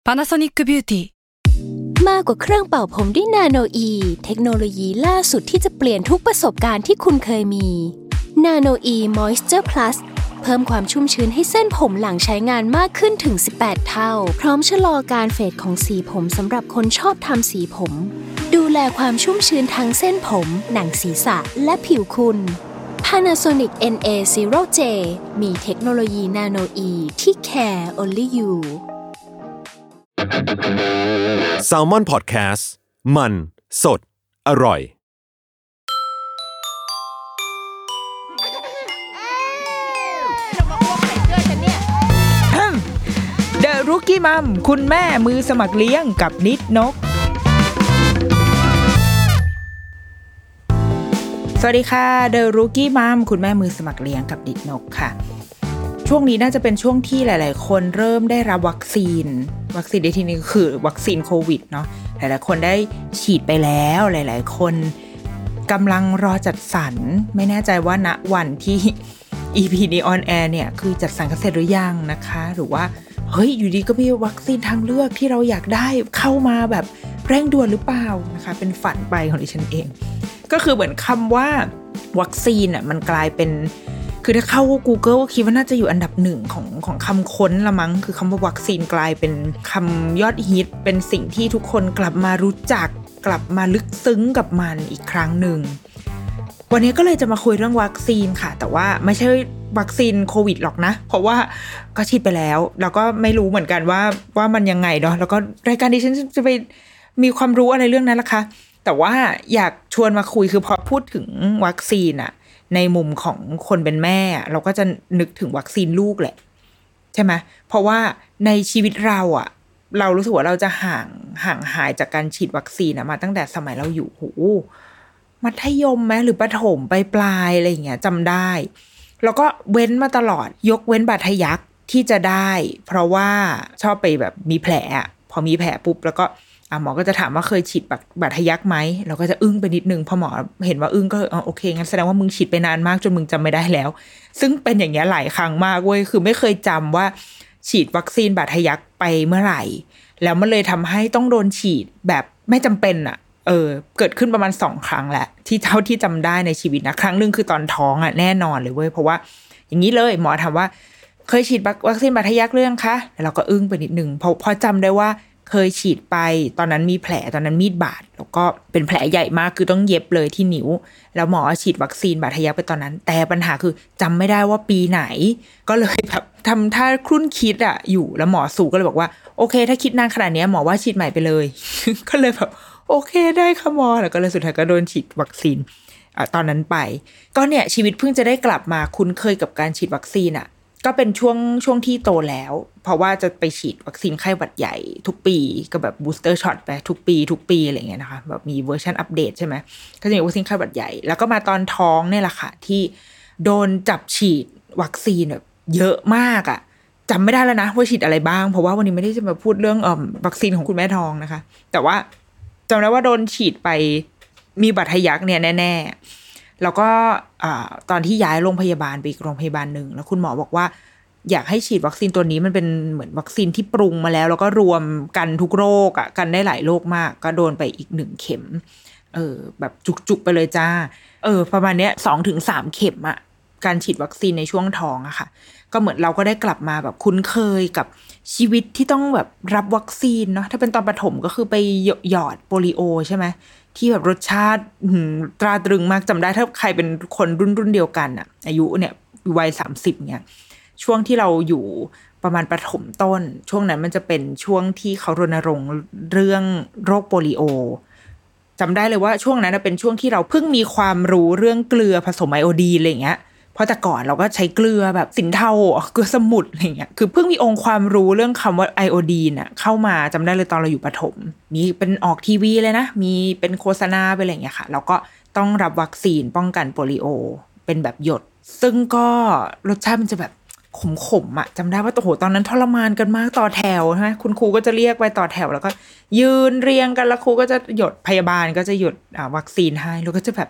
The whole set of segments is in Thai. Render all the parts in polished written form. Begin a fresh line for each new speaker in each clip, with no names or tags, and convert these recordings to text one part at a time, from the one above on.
Panasonic Beauty
มากกว่าเครื่องเป่าผมด้วยนาโนอีเทคโนโลยีล่าสุดที่จะเปลี่ยนทุกประสบการณ์ที่คุณเคยมีนาโนอีมอยส์เจอร์พลัสเพิ่มความชุ่มชื้นให้เส้นผมหลังใช้งานมากขึ้นถึง18เท่าพร้อมชะลอการเฟดของสีผมสำหรับคนชอบทำสีผมดูแลความชุ่มชื้นทั้งเส้นผมหนังศีรษะและผิวคุณ Panasonic NA0J มีเทคโนโลยีนาโนอีที่ care only you
Salmon Podcast มันสดอร่อย
The Rookie Mom คุณแม่มือสมัครเลี้ยงกับนิดนกสวัสดีค่ะ The Rookie Mom คุณแม่มือสมัครเลี้ยงกับนิดนกค่ะช่วงนี้น่าจะเป็นช่วงที่หลายๆคนเริ่มได้รับวัคซีนในที่นี้คือวัคซีนโควิดเนาะหลายๆคนได้ฉีดไปแล้วหลายๆคนกำลังรอจัดสรรไม่แน่ใจว่าณวันที่ EP นี้ออนแอร์เนี่ยคือจัดสรรกันเสร็จหรือยังนะคะหรือว่าเฮ้ยอยู่ดีก็มีวัคซีนทางเลือกที่เราอยากได้เข้ามาแบบเร่งด่วนหรือเปล่านะคะเป็นฝันไปของดิฉันเองก็คือเหมือนคำว่าวัคซีนอ่ะมันกลายเป็นคือถ้าเข้า Google ก็คิดว่าน่าจะอยู่อันดับหนึ่งของคำค้นละมั้งคือคำว่าวัคซีนกลายเป็นคำยอดฮิตเป็นสิ่งที่ทุกคนกลับมารู้จักกลับมาลึกซึ้งกับมันอีกครั้งหนึ่งวันนี้ก็เลยจะมาคุยเรื่องวัคซีนค่ะแต่ว่าไม่ใช่วัคซีนโควิดหรอกนะเพราะว่าก็ฉีดไปแล้วแล้วก็ไม่รู้เหมือนกันว่ามันยังไงเนาะแล้วก็รายการดิฉันจะไปมีความรู้อะไรเรื่องนั้นล่ะคะแต่ว่าอยากชวนมาคุยคือพอพูดถึงวัคซีนอะในมุมของคนเป็นแม่เราก็จะนึกถึงวัคซีนลูกแหละใช่ไหมเพราะว่าในชีวิตเราอะเรารู้สึกว่าเราจะห่างหายจากการฉีดวัคซีนมาตั้งแต่สมัยเราอยู่มัธยมไหมหรือประถมปลายอะไรอย่างเงี้ยจำได้แล้วก็เว้นมาตลอดยกเว้นบาดทะยักที่จะได้เพราะว่าชอบไปแบบมีแผลพอมีแผลปุ๊บแล้วก็หมอก็จะถามว่าเคยฉีดบาดทะยักไหมเราก็จะอึ้งไปนิดนึงพอหมอเห็นว่าอึ้งก็โอเคงั้นแสดงว่ามึงฉีดไปนานมากจนมึงจำไม่ได้แล้วซึ่งเป็นอย่างเงี้ยหลายครั้งมากเว้ยคือไม่เคยจำว่าฉีดวัคซีนบาดทะยักไปเมื่อไหร่แล้วมันเลยทำให้ต้องโดนฉีดแบบไม่จำเป็นอะเกิดขึ้นประมาณ2ครั้งแหละที่เท่าที่จำได้ในชีวิตนะครั้งนึงคือตอนท้องอ่ะแน่นอนเลยเว้ยเพราะว่าอย่างนี้เลยหมอถามว่าเคยฉีดวัคซีนบาดทะยักหรือยังคะแล้วเราก็อึ้งไปนิดนึงพอจำได้ว่าเคยฉีดไปตอนนั้นมีแผลตอนนั้นมีดบาดแล้วก็เป็นแผลใหญ่มากคือต้องเย็บเลยที่นิ้วแล้วหมอฉีดวัคซีนบาดทะยักไปตอนนั้นแต่ปัญหาคือจำไม่ได้ว่าปีไหนก็เลยแบบทำท่าครุ่นคิดอ่ะอยู่แล้วหมอสู่ก็เลยบอกว่าโอเคถ้าคิดนานขนาดนี้หมอว่าฉีดใหม่ไปเลย ก็เลยแบบโอเคได้ค่ะหมอแล้วก็เลยสุดท้ายก็โดนฉีดวัคซีนตอนนั้นไปก็เนี่ยชีวิตเพิ่งจะได้กลับมาคุ้นเคยกับการฉีดวัคซีนก็เป็นช่วงที่โตแล้วเพราะว่าจะไปฉีดวัคซีนไข้หวัดใหญ่ทุกปีก็แบบบูสเตอร์ช็อตไปทุกปีอะไรอย่างเงี้ยนะคะแบบมีเวอร์ชันอัปเดตใช่ไหมก็จะมีวัคซีนไข้หวัดใหญ่แล้วก็มาตอนท้องเนี่ยแหละค่ะที่โดนจับฉีดวัคซีนแบบเยอะมากจำไม่ได้แล้วนะว่าฉีดอะไรบ้างเพราะว่าวันนี้ไม่ได้จะมาพูดเรื่องวัคซีนของคุณแม่ท้องนะคะแต่ว่าจำได้ว่าโดนฉีดไปมีบาดทะยักเนี่ยแน่ๆแล้วก็ตอนที่ย้ายโรงพยาบาลไปอีกโรงพยาบาลหนึ่งแล้วคุณหมอบอกว่าอยากให้ฉีดวัคซีนตัวนี้มันเป็นเหมือนวัคซีนที่ปรุงมาแล้วก็รวมกันทุกโรคกันได้หลายโรคมากก็โดนไปอีก1เข็มแบบจุกๆไปเลยจ้าประมาณเนี้ย 2-3 เข็มการฉีดวัคซีนในช่วงท้องค่ะก็เหมือนเราก็ได้กลับมาแบบคุ้นเคยกับชีวิตที่ต้องแบบรับวัคซีนเนาะถ้าเป็นตอนประถมก็คือไปหยอดโปลิโอใช่ไหมที่แบบรสชาติตราตรึงมากจำได้ถ้าใครเป็นคนรุ่นเดียวกันอายุเนี่ยวัย30เนี่ยช่วงที่เราอยู่ประมาณประถมต้นช่วงนั้นมันจะเป็นช่วงที่เขารณรงค์เรื่องโรคโปลิโอจำได้เลยว่าช่วงนั้นเป็นช่วงที่เราเพิ่งมีความรู้เรื่องเกลือผสมไอโอดีนอะไรอย่างเงี้ยเพราะแต่ก่อนเราก็ใช้เกลือแบบสินเทาเกลือสมุทรอะไรเงี้ยคือเพิ่งมีองค์ความรู้เรื่องคำว่าไอโอดีนเข้ามาจำได้เลยตอนเราอยู่ประถมมีเป็นออกทีวีเลยนะมีเป็นโฆษณาไปอะไรเงี้ยค่ะแล้วก็ต้องรับวัคซีนป้องกันโปลิโอเป็นแบบหยดซึ่งก็รสชาติมันจะแบบขมจำได้ว่าโอ้โหตอนนั้นทรมานกันมากต่อแถวใช่ไหมคุณครูก็จะเรียกไปต่อแถวแล้วก็ยืนเรียงกันแล้วครูก็จะหยดพยาบาลก็จะหยดวัคซีนให้แล้วก็จะแบบ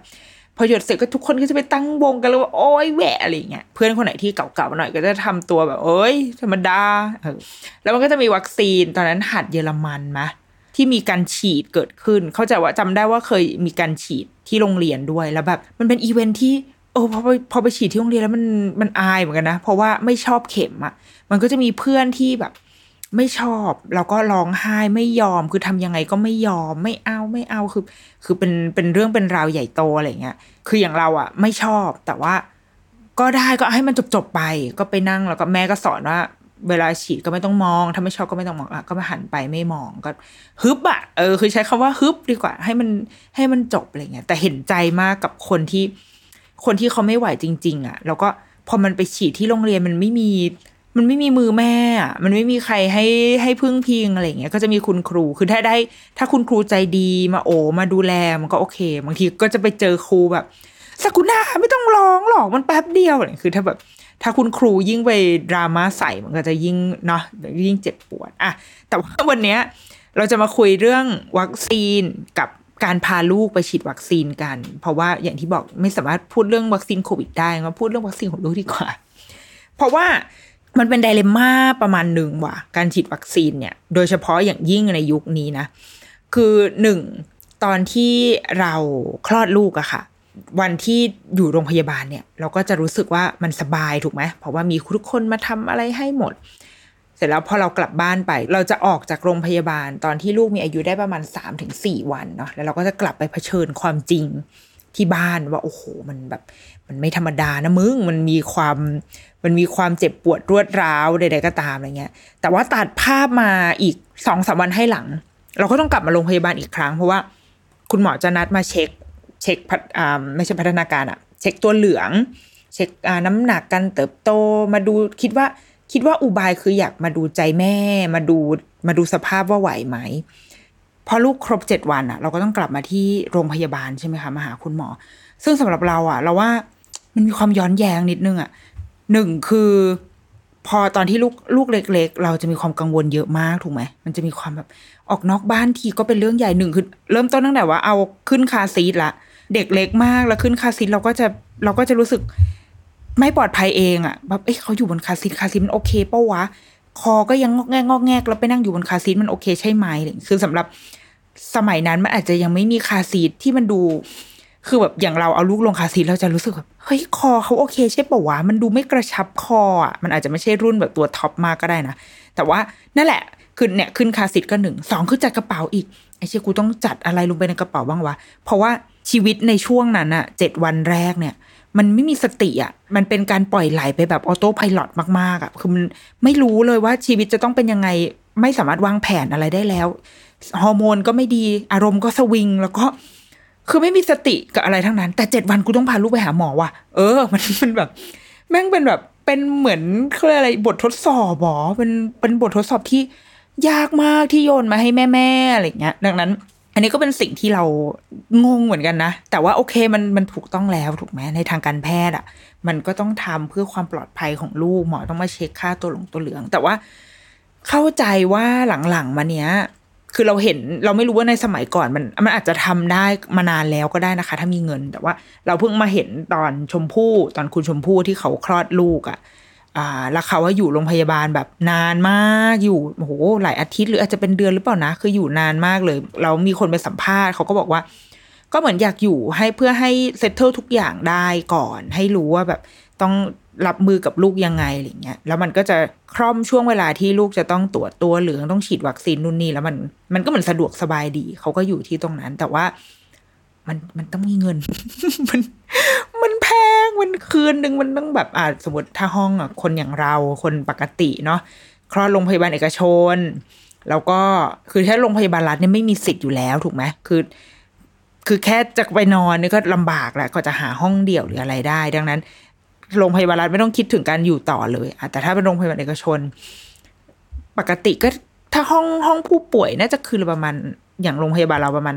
พอหยดเสร็จก็ทุกคนก็จะไปตั้งวงกันแล้วว่าโอ๊ยแหวะอะไรเงี้ยเพื่อนคนไหนที่เก่าๆหน่อยก็จะทำตัวแบบโอ๊ยธรรมดาแล้วมันก็จะมีวัคซีนตอนนั้นหัดเยอรมันมะที่มีการฉีดเกิดขึ้นเข้าใจว่าจำได้ว่าเคยมีการฉีดที่โรงเรียนด้วยแล้วแบบมันเป็นอีเวนท์ที่พอไปฉีดที่โรงเรียนแล้วมันอายเหมือนกันนะเพราะว่าไม่ชอบเข็มอ่ะมันก็จะมีเพื่อนที่แบบไม่ชอบแล้วก็ร้องไห้ไม่ยอมคือทำยังไงก็ไม่ยอมไม่เอาคือเป็นเรื่องเป็นราวใหญ่โตอะไรเงี้ยคืออย่างเราอ่ะไม่ชอบแต่ว่าก็ได้ก็ให้มันจบไปก็ไปนั่งแล้วก็แม่ก็สอนว่าเวลาฉีดก็ไม่ต้องมองถ้าไม่ชอบก็ไม่ต้องมองก็มาหันไปไม่มองก็ฮึบอ่ะคือใช้คำว่าฮึบดีกว่าให้มันจบอะไรเงี้ยแต่เห็นใจมากกับคนที่เขาไม่ไหวจริงๆอ่ะแล้วก็พอมันไปฉีดที่โรงเรียนมันไม่มีมือแม่มันไม่มีใครให้พึ่งพิงอะไรเงี้ยก็จะมีคุณครูคือถ้าคุณครูใจดีมาดูแลมันก็โอเคบางทีก็จะไปเจอครูแบบซากุน่าไม่ต้องร้องหรอกมันแป๊บเดียวอะไรคือถ้าคุณครูยิ่งไปดราม่าใส่มันก็จะยิ่งเนาะยิ่งเจ็บปวดอ่ะแต่ว่าวันเนี้ยเราจะมาคุยเรื่องวัคซีนกับการพาลูกไปฉีดวัคซีนกันเพราะว่าอย่างที่บอกไม่สามารถพูดเรื่องวัคซีนโควิดได้มาพูดเรื่องวัคซีนของลูกดีกว่าเพราะว่ามันเป็นไดเลมม่าประมาณหนึ่งว่ะการฉีดวัคซีนเนี่ยโดยเฉพาะอย่างยิ่งในยุคนี้นะคือหนึ่งตอนที่เราคลอดลูกอะค่ะวันที่อยู่โรงพยาบาลเนี่ยเราก็จะรู้สึกว่ามันสบายถูกไหมเพราะว่ามีทุกคนมาทำอะไรให้หมดเสร็จแล้วพอเรากลับบ้านไปเราจะออกจากโรงพยาบาลตอนที่ลูกมีอายุได้ประมาณ 3-4 วันเนาะแล้วเราก็จะกลับไปเผชิญความจริงที่บ้านว่าโอ้โหมันแบบมันไม่ธรรมดานะมึงมันมีความเจ็บปวดรวดร้าวใดๆก็ตามอะไรเงี้ยแต่ว่าตัดภาพมาอีก 2-3 วันให้หลังเราก็ต้องกลับมาโรงพยาบาลอีกครั้งเพราะว่าคุณหมอจะนัดมาเช็คไม่ใช่พัฒนาการอะเช็คตัวเหลืองเช็คน้ำหนักการเติบโตมาดูคิดว่าอุบายคืออยากมาดูใจแม่มาดูสภาพว่าไหวไหมพอลูกครบ7 วันอะเราก็ต้องกลับมาที่โรงพยาบาลใช่ไหมคะมาหาคุณหมอซึ่งสำหรับเราอะเราว่ามันมีความย้อนแย้งนิดนึงอะหนึ่งคือพอตอนที่ลูกเล็กๆเราจะมีความกังวลเยอะมากถูกไหมมันจะมีความแบบออกนอกบ้านทีก็เป็นเรื่องใหญ่หนึ่งคือเริ่มต้นตั้งแต่ว่าเอาขึ้นคาร์ซีทละเด็กเล็กมากแล้วขึ้นคาร์ซีทเราก็จะรู้สึกไม่ปลอดภัยเองอ่ะแบบเขาอยู่บนคาร์ซีทมันโอเคป่ะวะคอก็ยังงอกแงกแล้วไปนั่งอยู่บนคาร์ซีทมันโอเคใช่ไหมคือสำหรับสมัยนั้นมันอาจจะยังไม่มีคาร์ซีทที่มันดูคือแบบอย่างเราเอาลูกลงคาร์ซีทเราจะรู้สึกแบบเฮ้ยคอเขาโอเคใช่ป่ะวะมันดูไม่กระชับคออ่ะมันอาจจะไม่ใช่รุ่นแบบตัวท็อปมากก็ได้นะแต่ว่านั่นแหละคือเนี่ยขึ้นคาร์ซีทก็1 2คือจัดกระเป๋าอีกไอ้เชี่ยกูต้องจัดอะไรลงไปในกระเป๋าบ้างวะเพราะว่าชีวิตในช่วงนั้นอ่ะ7 วันแรกเนี่ยมันไม่มีสติอ่ะมันเป็นการปล่อยไหลไปแบบออโต้ไพลอตมากๆอ่ะคือมันไม่รู้เลยว่าชีวิตจะต้องเป็นยังไงไม่สามารถวางแผนอะไรได้แล้วฮอร์โมนก็ไม่ดีอารมณ์ก็สวิงแล้วก็คือไม่มีสติกับอะไรทั้งนั้นแต่7 วันกูต้องพาลูกไปหาหมอว่ะมันแบบแม่งเป็นแบบเป็นเหมือนเขาเรียกอะไรบททดสอบหรอเป็นบททดสอบที่ยากมากที่โยนมาให้แม่อะไรเงี้ยดังนั้นอันนี้ก็เป็นสิ่งที่เรางงเหมือนกันนะแต่ว่าโอเคมันถูกต้องแล้วถูกไหมในทางการแพทย์อ่ะมันก็ต้องทำเพื่อความปลอดภัยของลูกหมอต้องมาเช็คค่าตัวเหลืองแต่ว่าเข้าใจว่าหลังๆมาเนี้ยคือเราเห็นเราไม่รู้ว่าในสมัยก่อนมันอาจจะทำได้มานานแล้วก็ได้นะคะถ้ามีเงินแต่ว่าเราเพิ่งมาเห็นตอนคุณชมพู่ที่เขาคลอดลูกแล้วเขาว่าอยู่โรงพยาบาลแบบนานมากอยู่โอ้โหหลายอาทิตย์หรืออาจจะเป็นเดือนหรือเปล่านะคืออยู่นานมากเลยเรามีคนไปสัมภาษณ์เขาก็บอกว่าก็เหมือนอยากอยู่ให้เพื่อให้เซตเทิลทุกอย่างได้ก่อนให้รู้ว่าแบบต้องรับมือกับลูกยังไงอะไรเงี้ยแล้วมันก็จะคล่อมช่วงเวลาที่ลูกจะต้องตรวจตัวเหลืองต้องฉีดวัคซีนนู่นนี่แล้วมันก็เหมือนสะดวกสบายดีเขาก็อยู่ที่ตรงนั้นแต่ว่ามันต้องมีเงิน มันแพงมันคืนนึงมันต้องแบบสมมติถ้าห้องคนอย่างเราคนปกติเนาะคลอดโรงพยาบาลเอกชนแล้วก็คือถ้าโรงพยาบาลรัฐเนี่ยไม่มีสิทธิ์อยู่แล้วถูกไหมคือแค่จะไปนอนนี่ก็ลำบากแล้วก็จะหาห้องเดี่ยวหรืออะไรได้ดังนั้นโรงพยาบาลรัฐไม่ต้องคิดถึงการอยู่ต่อเลยแต่ถ้าเป็นโรงพยาบาลเอกชนปกติก็ถ้าห้องผู้ป่วยน่าจะคืนละประมาณอย่างโรงพยาบาลเราประมาณ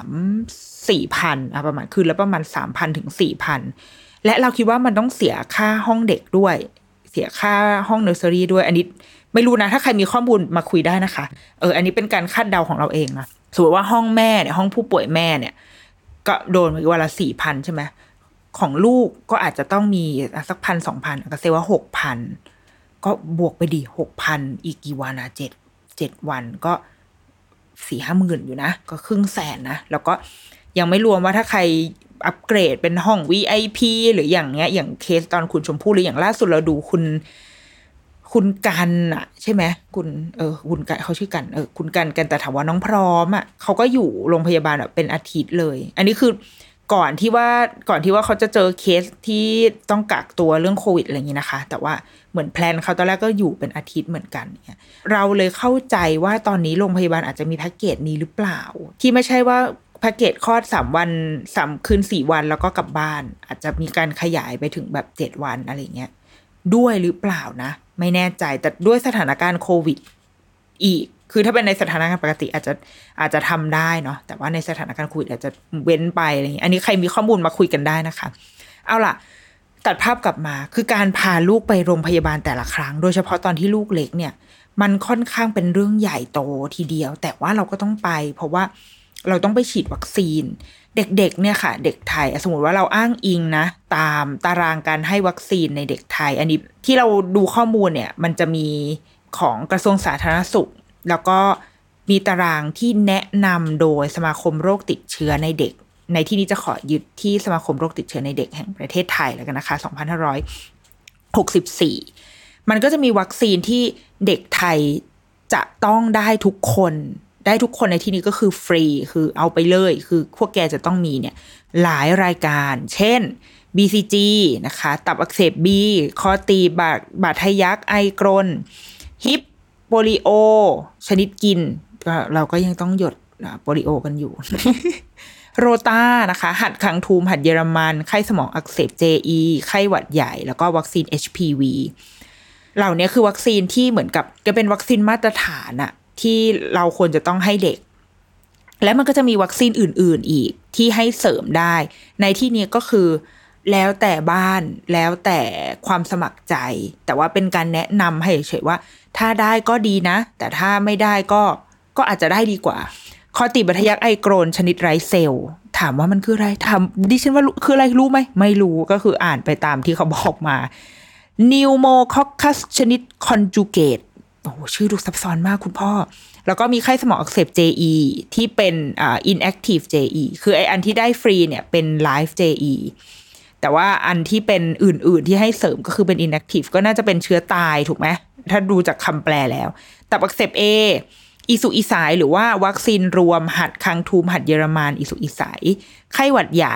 3-4 พันประมาณคืนละประมาณ 3,000 ถึง 4,000 และเราคิดว่ามันต้องเสียค่าห้องเด็กด้วยเสียค่าห้องเนอร์เซอรี่ด้วยอันนี้ไม่รู้นะถ้าใครมีข้อมูลมาคุยได้นะคะอันนี้เป็นการคาดเดาของเราเองนะสมมติว่าห้องแม่เนี่ยห้องผู้ป่วยแม่เนี่ยก็โดนวันละ 4,000 ใช่ไหมของลูกก็อาจจะต้องมีสัก 1,000-2,000 ก็เซว่า 6,000 ก็บวกไปดิ 6,000 อีกกี่วันนะ7วันก็ 4-5 หมื่นอยู่นะก็100,000นะแล้วก็ยังไม่รวมว่าถ้าใครอัปเกรดเป็นห้อง VIP หรืออย่างเงี้ยอย่างเคสตอนคุณชมพู่หรืออย่างล่าสุดเราดูคุณกันอะใช่ไหมคุณกันเขาชื่อกันคุณกันแต่ถามว่าน้องพร้อมอะเขาก็อยู่โรงพยาบาลแบบเป็นอาทิตย์เลยอันนี้คือก่อนที่ว่าเขาจะเจอเคสที่ต้องกักตัวเรื่องโควิดอะไรอย่างนี้นะคะแต่ว่าเหมือนแพลนเขาตอนแรกก็อยู่เป็นอาทิตย์เหมือนกันเนี่ยเราเลยเข้าใจว่าตอนนี้โรงพยาบาลอาจจะมีแพ็กเกจนี้หรือเปล่าที่ไม่ใช่ว่าแพ็กเกจคลอด3 วัน3 คืน 4 วันแล้วก็กลับบ้านอาจจะมีการขยายไปถึงแบบ7 วันอะไรเงี้ยด้วยหรือเปล่านะไม่แน่ใจแต่ด้วยสถานการณ์โควิดอีกคือถ้าเป็นในสถานการณ์ปกติอาจจะทำได้เนาะแต่ว่าในสถานการณ์โควิดอาจจะเว้นไปอะไรอย่างนี้อันนี้ใครมีข้อมูลมาคุยกันได้นะคะเอาล่ะตัดภาพกลับมาคือการพาลูกไปโรงพยาบาลแต่ละครั้งโดยเฉพาะตอนที่ลูกเล็กเนี่ยมันค่อนข้างเป็นเรื่องใหญ่โตทีเดียวแต่ว่าเราก็ต้องไปเพราะว่าเราต้องไปฉีดวัคซีนเด็กๆเนี่ยค่ะเด็กไทยสมมติว่าเราอ้างอิงนะตามตารางการให้วัคซีนในเด็กไทยอันนี้ที่เราดูข้อมูลเนี่ยมันจะมีของกระทรวงสาธารณสุขแล้วก็มีตารางที่แนะนำโดยสมาคมโรคติดเชื้อในเด็กในที่นี้จะขอยึดที่สมาคมโรคติดเชื้อในเด็กแห่งประเทศไทยแล้วกันนะคะ2564มันก็จะมีวัคซีนที่เด็กไทยจะต้องได้ทุกคนในที่นี้ก็คือฟรีคือเอาไปเลยคือพวกแกจะต้องมีเนี่ยหลายรายการเช่น BCG นะคะตับอักเสบ B คอตีบาดทะยักไอกรนฮิปโปลิโอชนิดกินก็เราก็ยังต้องหยดโปลิโอกันอยู่ โรตานะคะหัดคังทูมหัดเยอรมันไข้สมองอักเสบ JE ไข้หวัดใหญ่แล้วก็วัคซีน HPV เหล่านี้คือวัคซีนที่เหมือนกับจะเป็นวัคซีนมาตรฐานอะที่เราควรจะต้องให้เด็กและมันก็จะมีวัคซีนอื่นๆอีกที่ให้เสริมได้ในที่นี้ก็คือแล้วแต่บ้านแล้วแต่ความสมัครใจแต่ว่าเป็นการแนะนำให้เฉยๆว่าถ้าได้ก็ดีนะแต่ถ้าไม่ได้ก็อาจจะได้ดีกว่าคอติบาดทะยักไอกรนชนิดไร้เซลล์ถามว่ามันคืออะไรถามดิฉันว่าคืออะไรรู้ไหมไม่รู้ก็คืออ่านไปตามที่เขาบอกมานิวโมคอคคัสชนิดคอนจูเกตโอ้ชื่อดูซับซ้อนมากคุณพ่อแล้วก็มีไข้สมองอักเสบ JE ที่เป็นinactive JE คือไออันที่ได้ฟรีเนี่ยเป็น live JE แต่ว่าอันที่เป็นอื่นๆที่ให้เสริมก็คือเป็น inactive ก็น่าจะเป็นเชื้อตายถูกไหมถ้าดูจากคำแปลแล้วตับอักเสบ A อิสุอิสายหรือว่าวัคซีนรวมหัดคังทูมหัดเยอรมันอิสุอิสายไข้หวัดใหญ่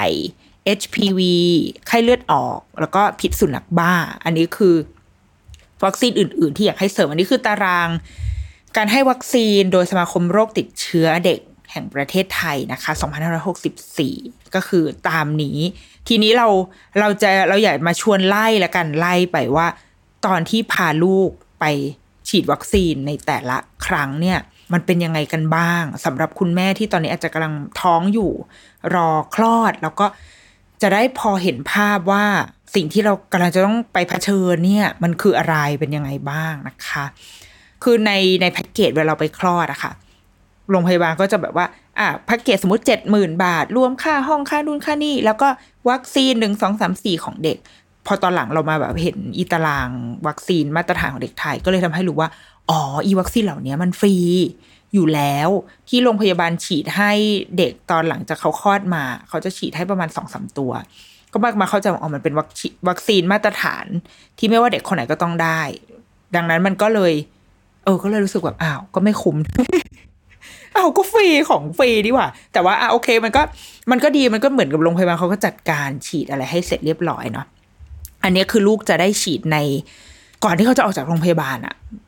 HPV ไข้เลือดออกแล้วก็พิษสุนัขบ้าอันนี้คือวัคซีนอื่นๆที่อยากให้เสริมอันนี้คือตารางการให้วัคซีนโดยสมาคมโรคติดเชื้อเด็กแห่งประเทศไทยนะคะ2564ก็คือตามนี้ทีนี้เราอยากมาชวนไล่ละกันไล่ไปว่าตอนที่พาลูกไปฉีดวัคซีนในแต่ละครั้งเนี่ยมันเป็นยังไงกันบ้างสำหรับคุณแม่ที่ตอนนี้อาจจะกำลังท้องอยู่รอคลอดแล้วก็จะได้พอเห็นภาพว่าสิ่งที่เรากำลังจะต้องไปเผชิญเนี่ยมันคืออะไรเป็นยังไงบ้างนะคะคือในแพ็กเกจเวลาเราไปคลอดอะค่ะโรงพยาบาลก็จะแบบว่าแพ็กเกจสมมุติ 70,000 บาทรวมค่าห้องค่านู่นค่านี่แล้วก็วัคซีน1 2 3 4ของเด็กพอตอนหลังเรามาแบบเห็นอีตารางวัคซีนมาตรฐานของเด็กไทยก็เลยทำให้รู้ว่าอ๋ออีวัคซีนเหล่านี้มันฟรีอยู่แล้วที่โรงพยาบาลฉีดให้เด็กตอนหลังจากเขาคลอดมาเขาจะฉีดให้ประมาณ 2-3 ตัวก็มาเข้าใจว่ามันเป็นวัคซีนมาตรฐานที่ไม่ว่าเด็กคนไหนก็ต้องได้ดังนั้นมันก็เลยก็เลยรู้สึกแบบก็ไม่คุ้ม ก็ฟรีของฟรีดีกว่าแต่ว่าโอเคมันก็ดีมันก็เหมือนกับโรงพยาบาลเขาก็จัดการฉีดอะไรให้เสร็จเรียบร้อยเนาะอันนี้คือลูกจะได้ฉีดในก่อนที่เขาจะออกจากโรงพยาบาล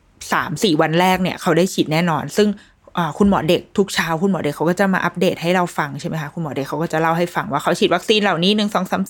3-4 วันแรกเนี่ยเขาได้ฉีดแน่นอนซึ่งคุณหมอเด็กทุกเช้าคุณหมอเด็กเขาก็จะมาอัปเดตให้เราฟังใช่ไหมคะคุณหมอเด็กเขาก็จะเล่าให้ฟังว่าเขาฉีดวัคซีนเหล่านี้1 2 3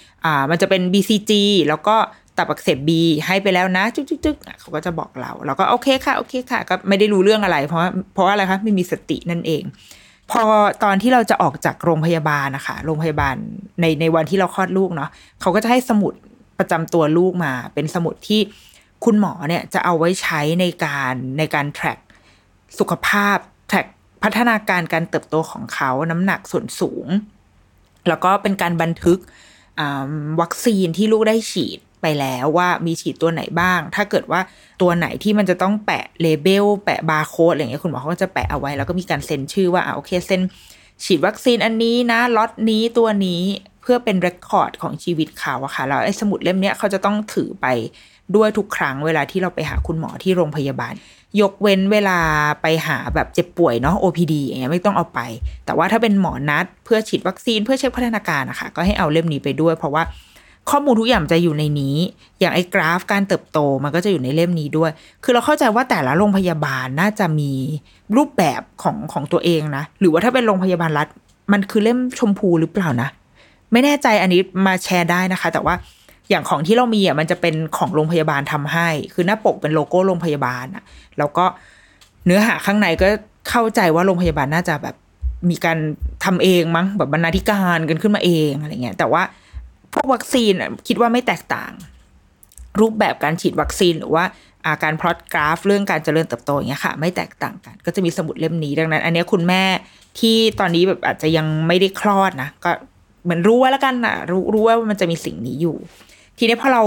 4มันจะเป็น BCG แล้วก็ตับอักเสบ B ให้ไปแล้วนะจึ๊กๆเขาก็จะบอกเราก็โอเคค่ะก็ไม่ได้รู้เรื่องอะไรเพราะอะไรคะไม่มีสตินั่นเองพอตอนที่เราจะออกจากโรงพยาบาลนะคะโรงพยาบาลในวันที่เราคลอดลูกเนาะเขาก็จะให้สมุดประจำตัวลูกมาเป็นสมุดที่คุณหมอเนี่ยจะเอาไว้ใช้ในการแทร็กสุขภาพแทร็กพัฒนาการการเติบโตของเขาน้ำหนักส่วนสูงแล้วก็เป็นการบันทึกวัคซีนที่ลูกได้ฉีดไปแล้วว่ามีฉีดตัวไหนบ้างถ้าเกิดว่าตัวไหนที่มันจะต้องแปะเลเบลแปะบาร์โค้ดอะไรอย่างเงี้ยคุณหมอเขาก็จะแปะเอาไว้แล้วก็มีการเซ็นชื่อว่าโอเคเซ็นฉีดวัคซีนอันนี้นะล็อตนี้ตัวนี้เพื่อเป็นเรคคอร์ดของชีวิตเขาอะค่ะแล้วไอ้สมุดเล่มนี้เขาจะต้องถือไปด้วยทุกครั้งเวลาที่เราไปหาคุณหมอที่โรงพยาบาลยกเว้นเวลาไปหาแบบเจ็บป่วยเนาะ OPD อย่างเงี้ยไม่ต้องเอาไปแต่ว่าถ้าเป็นหมอนัดเพื่อฉีดวัคซีนเพื่อเช็คพัฒนาการนะคะก็ให้เอาเล่มนี้ไปด้วยเพราะว่าข้อมูลทุกอย่างจะอยู่ในนี้อย่างไอ้กราฟการเติบโตมันก็จะอยู่ในเล่มนี้ด้วยคือเราเข้าใจว่าแต่ละโรงพยาบาลน่าจะมีรูปแบบของตัวเองนะหรือว่าถ้าเป็นโรงพยาบาลรัฐมันคือเล่มชมพูหรือเปล่านะไม่แน่ใจอันนี้มาแชร์ได้นะคะแต่ว่าอย่างของที่เรามีมันจะเป็นของโรงพยาบาลทำให้คือหน้าปกเป็นโลโก้โรงพยาบาลแล้วก็เนื้อหาข้างในก็เข้าใจว่าโรงพยาบาลน่าจะแบบมีการทำเองมั้งแบบบรรณาธิการกันขึ้นมาเองอะไรเงี้ยแต่ว่าพวกวัคซีนคิดว่าไม่แตกต่างรูปแบบการฉีดวัคซีนหรือว่าการพลอตกราฟเรื่องการเจริญเติบโตอย่างเงี้ยค่ะไม่แตกต่างกันก็จะมีสมุดเล่มนี้ดังนั้นอันนี้คุณแม่ที่ตอนนี้แบบอาจจะยังไม่ได้คลอดนะก็เหมือนรู้ไว้แล้วกันนะรู้ว่ามันจะมีสิ่งนี้อยู่ทีนี้พอเรา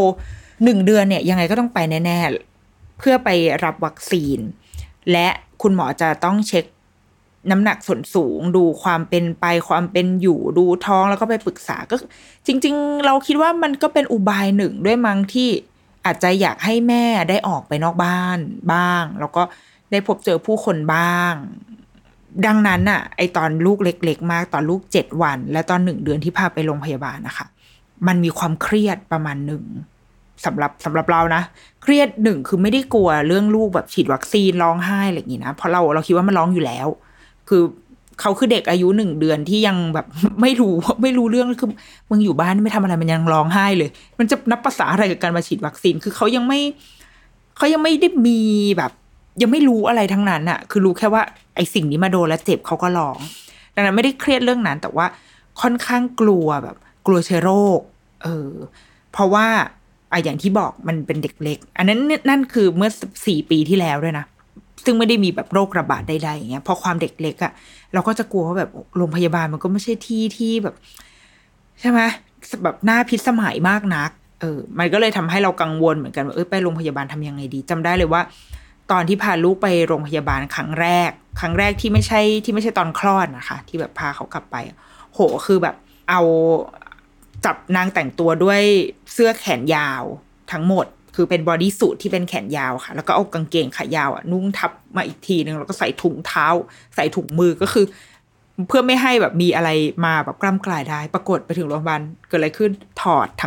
1เดือนเนี่ยยังไงก็ต้องไปแน่ๆเพื่อไปรับวัคซีนและคุณหมอจะต้องเช็คน้ำหนักส่วนสูงดูความเป็นไปความเป็นอยู่ดูท้องแล้วก็ไปปรึกษาก็จริงๆเราคิดว่ามันก็เป็นอุบายหนึ่งด้วยมั้งที่อาจจะอยากให้แม่ได้ออกไปนอกบ้านบ้างแล้วก็ได้พบเจอผู้คนบ้างดังนั้นน่ะไอตอนลูกเล็กๆมากตอนลูก7วันและตอน1เดือนที่พาไปโรงพยาบาลนะคะมันมีความเครียดประมาณหนึ่งสำหรับเรานะเครียดหนึ่งคือไม่ได้กลัวเรื่องลูกแบบฉีดวัคซีนร้องไห้อะไรอย่างงี้นะเพราะเราคิดว่ามันร้องอยู่แล้วคือเขาคือเด็กอายุ1เดือนที่ยังแบบไม่รู้เรื่องคือมึงอยู่บ้านไม่ทำอะไรมันยังร้องไห้เลยมันจะนับภาษาอะไรกับการมาฉีดวัคซีนคือเขายังไม่ได้มีแบบยังไม่รู้อะไรทั้งนั้นอะคือรู้แค่ว่าไอ้สิ่งนี้มาโดนแล้วเจ็บเขาก็ร้องดังนั้นไม่ได้เครียดเรื่องนั้นแต่ว่าค่อนข้างกลัวแบบกลัวเชื้อโรคเพราะว่าอย่างที่บอกมันเป็นเด็กเล็กอันนั้นนั่นคือเมื่อ4 ปีที่แล้วด้วยนะซึ่งไม่ได้มีแบบโรคระบาดใดๆอย่างเงี้ยพอความเด็กเล็กอะเราก็จะกลัวว่าแบบโรงพยาบาลมันก็ไม่ใช่ที่แบบใช่ไหมแบบน่าพิสมัยมากนักมันก็เลยทำให้เรากังวลเหมือนกันว่าไปโรงพยาบาลทำยังไงดีจำได้เลยว่าตอนที่พาลูกไปโรงพยาบาลครั้งแรกที่ไม่ใช่ตอนคลอดนะคะที่แบบพาเขากลับไปโหคือแบบเอาจับนางแต่งตัวด้วยเสื้อแขนยาวทั้งหมดคือเป็นบอดี้สูทที่เป็นแขนยาวค่ะแล้วก็เอากางเกงขายาวนุ่งทับมาอีกทีนึงแล้วก็ใส่ถุงเท้าใส่ถุงมือก็คือเพื่อไม่ให้แบบมีอะไรมาแบบกล้ำกลายได้ปรากฏไปถึงโรงพยาบาลเกิดอะไรขึ้นถอด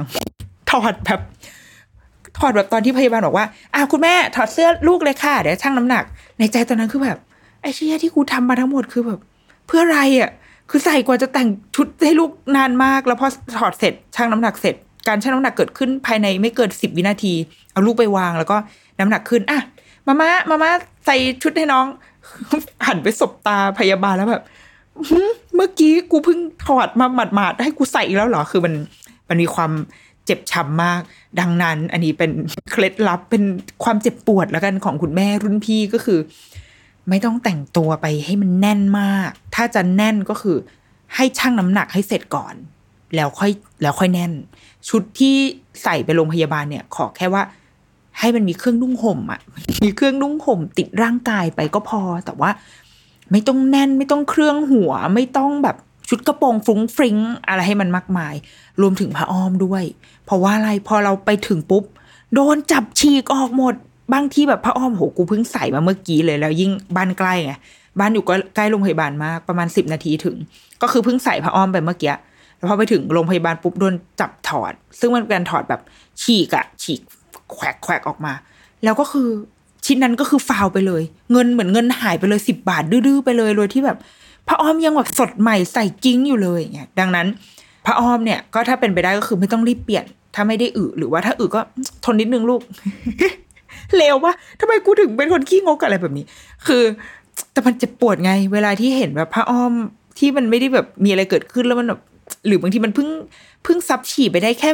แบบตอนที่พยาบาลบอกว่าคุณแม่ถอดเสื้อลูกเลยค่ะเดี๋ยวชั่งน้ำหนักในใจตอนนั้นคือแบบไอ้เชี่ยที่กูทำมาทั้งหมดคือแบบเพื่ออะไรคือใส่กว่าจะแต่งชุดให้ลูกนานมากแล้วพอถอดเสร็จชั่งน้ำหนักเสร็จการชั่งน้ำหนักเกิดขึ้นภายในไม่เกิน10 วินาทีเอาลูกไปวางแล้วก็น้ำหนักขึ้นมาม่าใส่ชุดให้น้องหันไปสบตาพยาบาลแล้วแบบเมื่อกี้กูเพิ่งถอดมาหมาดๆให้กูใส่อีกแล้วเหรอคือมันมีความเจ็บช้ำมากดังนั้นอันนี้เป็นเคล็ดลับเป็นความเจ็บปวดแล้วกันของคุณแม่รุ่นพี่ก็คือไม่ต้องแต่งตัวไปให้มันแน่นมากถ้าจะแน่นก็คือให้ชั่งน้ำหนักให้เสร็จก่อนแล้วค่อยแน่นชุดที่ใส่ไปโรงพยาบาลเนี่ยขอแค่ว่าให้มันมีเครื่องนุ่งห่มมีเครื่องนุ่งห่มติดร่างกายไปก็พอแต่ว่าไม่ต้องแน่นไม่ต้องเครื่องหัวไม่ต้องแบบชุดกระโปรงฟรุ้งฟริ้งอะไรให้มันมากมายรวมถึงผ้าอ้อมด้วยเพราะว่าอะไรพอเราไปถึงปุ๊บโดนจับฉีกออกหมดบางที่แบบผ้าอ้อมโหกูเพิ่งใส่มาเมื่อกี้เลยแล้วยิ่งบ้านใกล้ไงบ้านอยู่ก็ใกล้โรงพยาบาลมากประมาณ10 นาทีถึงก็คือเพิ่งใส่ผ้าอ้อมไปเมื่อกี้แล้วพอไปถึงโรงพยาบาลปุ๊บโดนจับถอดซึ่งมันเป็นการถอดแบบฉีกแขวกออกมาแล้วก็คือชิ้นนั้นก็คือฟาวไปเลยเงินเหมือนเงินหายไปเลย10 บาทดื้อๆไปเลยโดยที่แบบผ้าอ้อมยังแบบสดใหม่ใส่กิ้งอยู่เลยอย่างเงี้ยดังนั้นผ้าอ้อมเนี่ยก็ถ้าเป็นไปได้ก็คือไม่ต้องรีบเปลี่ยนถ้าไม่ได้หรือว่าถ้าก็ทนนิดนึงลูก เลววะทำไมกูถึงเป็นคนขี้งกอะไรแบบนี้คือแต่มันเจ็บปวดไงเวลาที่เห็นแบบผ้าอ้อมที่มันไม่ได้แบบมีอะไรเกิดขึ้นแล้วมันแบบหรือบางทีมันเพิ่งซับฉี่ไปได้แค่แบบ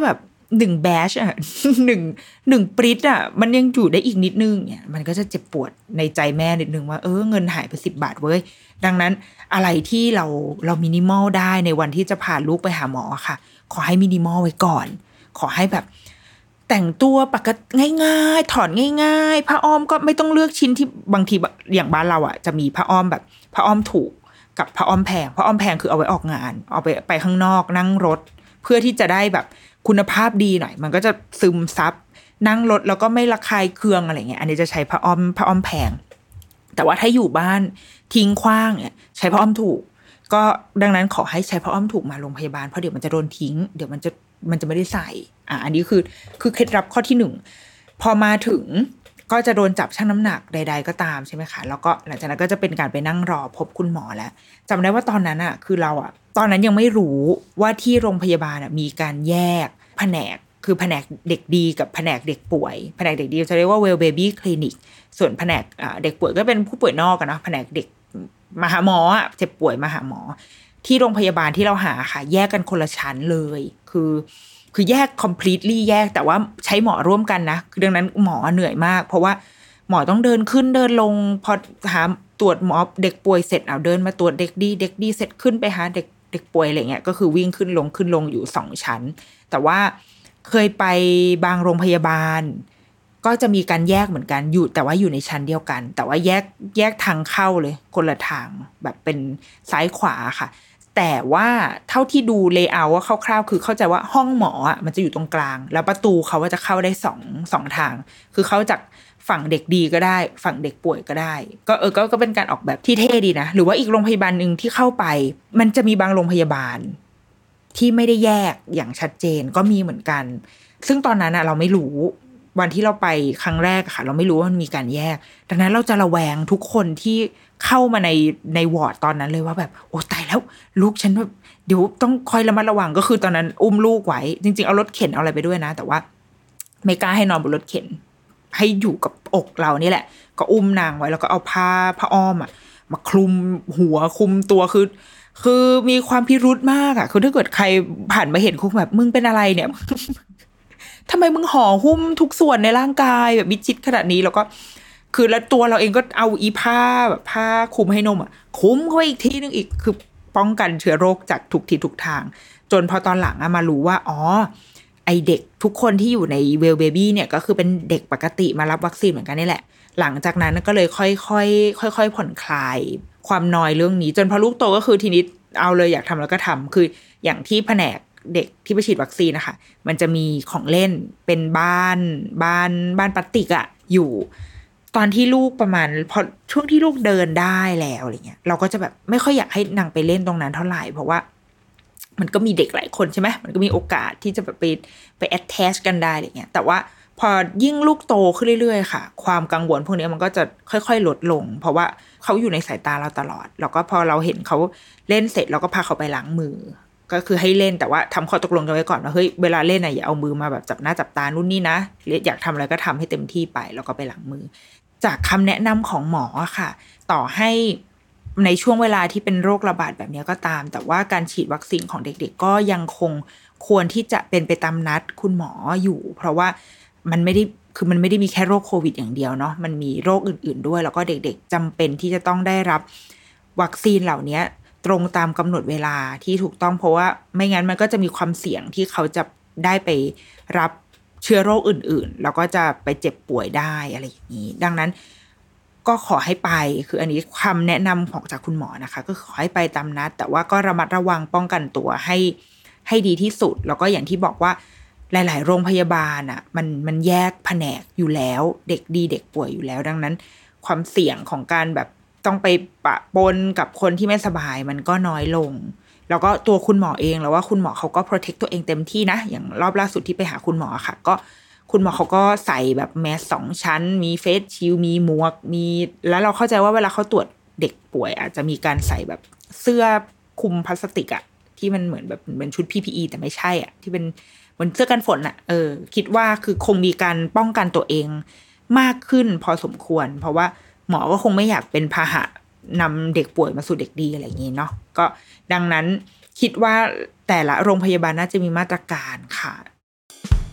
1แบชอ่ะ 1ปริตอ่ะมันยังอยู่ได้อีกนิดนึงเนี่ยมันก็จะเจ็บปวดในใจแม่นิดนึงว่าเงินหายไป10 บาทเว้ยดังนั้นอะไรที่เรามินิมอลได้ในวันที่จะพาลูกไปหาหมอค่ะขอให้มินิมอลไว้ก่อนขอให้แบบแต่งตัวปกติง่ายๆถอดง่ายๆผ้าอ้อมก็ไม่ต้องเลือกชิ้นที่บางทีอย่างบ้านเราอ่ะจะมีผ้าอ้อมแบบผ้าอ้อมถูกกับผ้าอ้อมแพงผ้าอ้อมแพงคือเอาไว้ออกงานเอาไปข้างนอกนั่งรถเพื่อที่จะได้แบบคุณภาพดีหน่อยมันก็จะซึมซับนั่งรถแล้วก็ไม่ระคายเคืองอะไรเงี้ยอันนี้จะใช้ผ้าอ้อมแพงแต่ว่าถ้าอยู่บ้านทิ้งขว้างเนี่ยใช้ผ้าอ้อมถูกก็ดังนั้นขอให้ใช้ผ้าอ้อมถูกมาโรงพยาบาลเพราะเดี๋ยวมันจะโดนทิ้งเดี๋ยวมันจะไม่ได้ใส่อันนี้คือเคล็ดลับข้อที่1พอมาถึงก็จะโดนจับชั่งน้ำหนักใดๆก็ตามใช่ไหมคะแล้วก็หลังจากนั้นก็จะเป็นการไปนั่งรอพบคุณหมอแล้วจำได้ว่าตอนนั้นอ่ะคือเราอ่ะตอนนั้นยังไม่รู้ว่าที่โรงพยาบาลมีการแยกแผนกคือแผนกเด็กดีกับแผนกเด็กป่วยแผนกเด็กดีจะเรียกว่า well baby clinic ส่วนแผนกเด็กป่วยก็เป็นผู้ป่วยนอกกันนะแผนกเด็กมาหาหมออ่ะเจ็บป่วยมาหาหมอที่โรงพยาบาลที่เราหาค่ะแยกกันคนละชั้นเลยคือแยก completely แยกแต่ว่าใช้หมอร่วมกันนะคือดังนั้นหมอเหนื่อยมากเพราะว่าหมอต้องเดินขึ้นเดินลงพอหาตรวจหมอเด็กป่วยเสร็จเอาเดินมาตรวจเด็กดีเสร็จขึ้นไปหาเด็กป่วยอะไรเงี้ยก็คือวิ่งขึ้นลงอยู่2ชั้นแต่ว่าเคยไปบางโรงพยาบาลก็จะมีการแยกเหมือนกันอยู่แต่ว่าอยู่ในชั้นเดียวกันแต่ว่าแยกทางเข้าเลยคนละทางแบบเป็นซ้ายขวาค่ะแต่ว่าเท่าที่ดูเลเยอร์ว่าคร่าวๆคือเข้าใจว่าห้องหมออ่ะมันจะอยู่ตรงกลางแล้วประตูเขาว่าจะเข้าได้สองทางคือเขาจากฝั่งเด็กดีก็ได้ฝั่งเด็กป่วยก็ได้ก็เป็นการออกแบบที่เท่ดีนะหรือว่าอีกโรงพยาบาลนึงที่เข้าไปมันจะมีบางโรงพยาบาลที่ไม่ได้แยกอย่างชัดเจนก็มีเหมือนกันซึ่งตอนนั้นอ่ะเราไม่รู้วันที่เราไปครั้งแรกค่ะเราไม่รู้ว่ามันมีการแยกดังนั้นเราจะระแวงทุกคนที่เข้ามาในวอร์ดตอนนั้นเลยว่าแบบโอ้ตายแล้วลูกฉันแบบเดี๋ยวต้องคอยระมัดระวังก็คือตอนนั้นอุ้มลูกไว้จริงๆเอารถเข็นเอาอะไรไปด้วยนะแต่ว่าไม่กล้าให้นอนบนรถเข็นให้อยู่กับอกเรานี่แหละก็อุ้มนางไว้แล้วก็เอาผ้าอ้อมอ่ะมาคลุมหัวคลุมตัวคือมีความพิรุธมากอ่ะคือถ้าเกิดใครผ่านมาเห็นคงแบบมึงเป็นอะไรเนี่ยทำไมมึงห่อหุ้มทุกส่วนในร่างกายแบบมิดชิดขนาดนี้แล้วก็คือแล้วตัวเราเองก็เอาอีผ้าแบบผ้าคลุมให้นมอ่ะคลุมเข้าไปอีกทีนึงอีกคือป้องกันเชื้อโรคจากทุกทิศทุกทางจนพอตอนหลังมารู้ว่าไอเด็กทุกคนที่อยู่ในเวลเบบี้เนี่ยก็คือเป็นเด็กปกติมารับวัคซีนเหมือนกันนี่แหละหลังจากนั้นก็เลยค่อยผ่อนคลายความนอยเรื่องนี้จนพอลูกโตก็คือทีนี้เอาเลยอยากทำแล้วก็ทำคืออย่างที่แผนกเด็กที่ไปฉีดวัคซีนนะคะมันจะมีของเล่นเป็นบ้านพลาสติกอะอยู่ตอนที่ลูกประมาณพอช่วงที่ลูกเดินได้แล้วอะไรเงี้ยเราก็จะแบบไม่ค่อยอยากให้นางไปเล่นตรงนั้นเท่าไหร่เพราะว่ามันก็มีเด็กหลายคนใช่ไหมมันก็มีโอกาสที่จะแบบไป attach กันได้อะไรเงี้ยแต่ว่าพอยิ่งลูกโตขึ้นเรื่อยๆค่ะความกังวลพวกนี้มันก็จะค่อยๆลดลงเพราะว่าเขาอยู่ในสายตาเราตลอดแล้วก็พอเราเห็นเขาเล่นเสร็จเราก็พาเขาไปล้างมือก็คือให้เล่นแต่ว่าทำข้อตกลงกันไว้ก่อนว่าเฮ้ยเวลาเล่นอย่าเอามือมาแบบจับหน้าจับตานู่นนี่นะอยากทำอะไรก็ทำให้เต็มที่ไปแล้วก็ไปล้างมือจากคำแนะนำของหมอค่ะต่อให้ในช่วงเวลาที่เป็นโรคระบาดแบบนี้ก็ตามแต่ว่าการฉีดวัคซีนของเด็กๆก็ยังคงควรที่จะเป็นไปตามนัดคุณหมออยู่เพราะว่ามันไม่ได้มีแค่โรคโควิดอย่างเดียวเนาะมันมีโรคอื่นๆด้วยแล้วก็เด็กๆจำเป็นที่จะต้องได้รับวัคซีนเหล่านี้ตรงตามกำหนดเวลาที่ถูกต้องเพราะว่าไม่งั้นมันก็จะมีความเสี่ยงที่เขาจะได้ไปรับเชื้อโรคอื่นๆแล้วก็จะไปเจ็บป่วยได้อะไรอย่างนี้ดังนั้นก็ขอให้ไปคืออันนี้คำแนะนำของจากคุณหมอนะคะก็ขอให้ไปตามนัดแต่ว่าก็ระมัดระวังป้องกันตัวให้ดีที่สุดแล้วก็อย่างที่บอกว่าหลายๆโรงพยาบาลมันแยกแผนกอยู่แล้วเด็กดีเด็กป่วยอยู่แล้วดังนั้นความเสี่ยงของการแบบต้องไปปะปนกับคนที่ไม่สบายมันก็น้อยลงแล้วก็ตัวคุณหมอเองแล้วว่าคุณหมอเขาก็โปรเทคตัวเองเต็มที่นะอย่างรอบล่าสุดที่ไปหาคุณหมอค่ะก็คุณหมอเขาก็ใส่แบบแมส2 ชั้นมีเฟสชิลด์มีหมวกมีแล้วเราเข้าใจว่าเวลาเขาตรวจเด็กป่วยอาจจะมีการใส่แบบเสื้อคลุมพลาสติกอะที่มันเหมือนแบบเป็นชุด PPE แต่ไม่ใช่อะที่เป็นเหมือนเสื้อกันฝนอะคิดว่าคือคงมีการป้องกันตัวเองมากขึ้นพอสมควรเพราะว่าหมอก็คงไม่อยากเป็นพาหะนำเด็กป่วยมาสู่เด็กดีอะไรอย่างนี้เนาะก็ดังนั้นคิดว่าแต่ละโรงพยาบาลน่าจะมีมาตรการค่ะ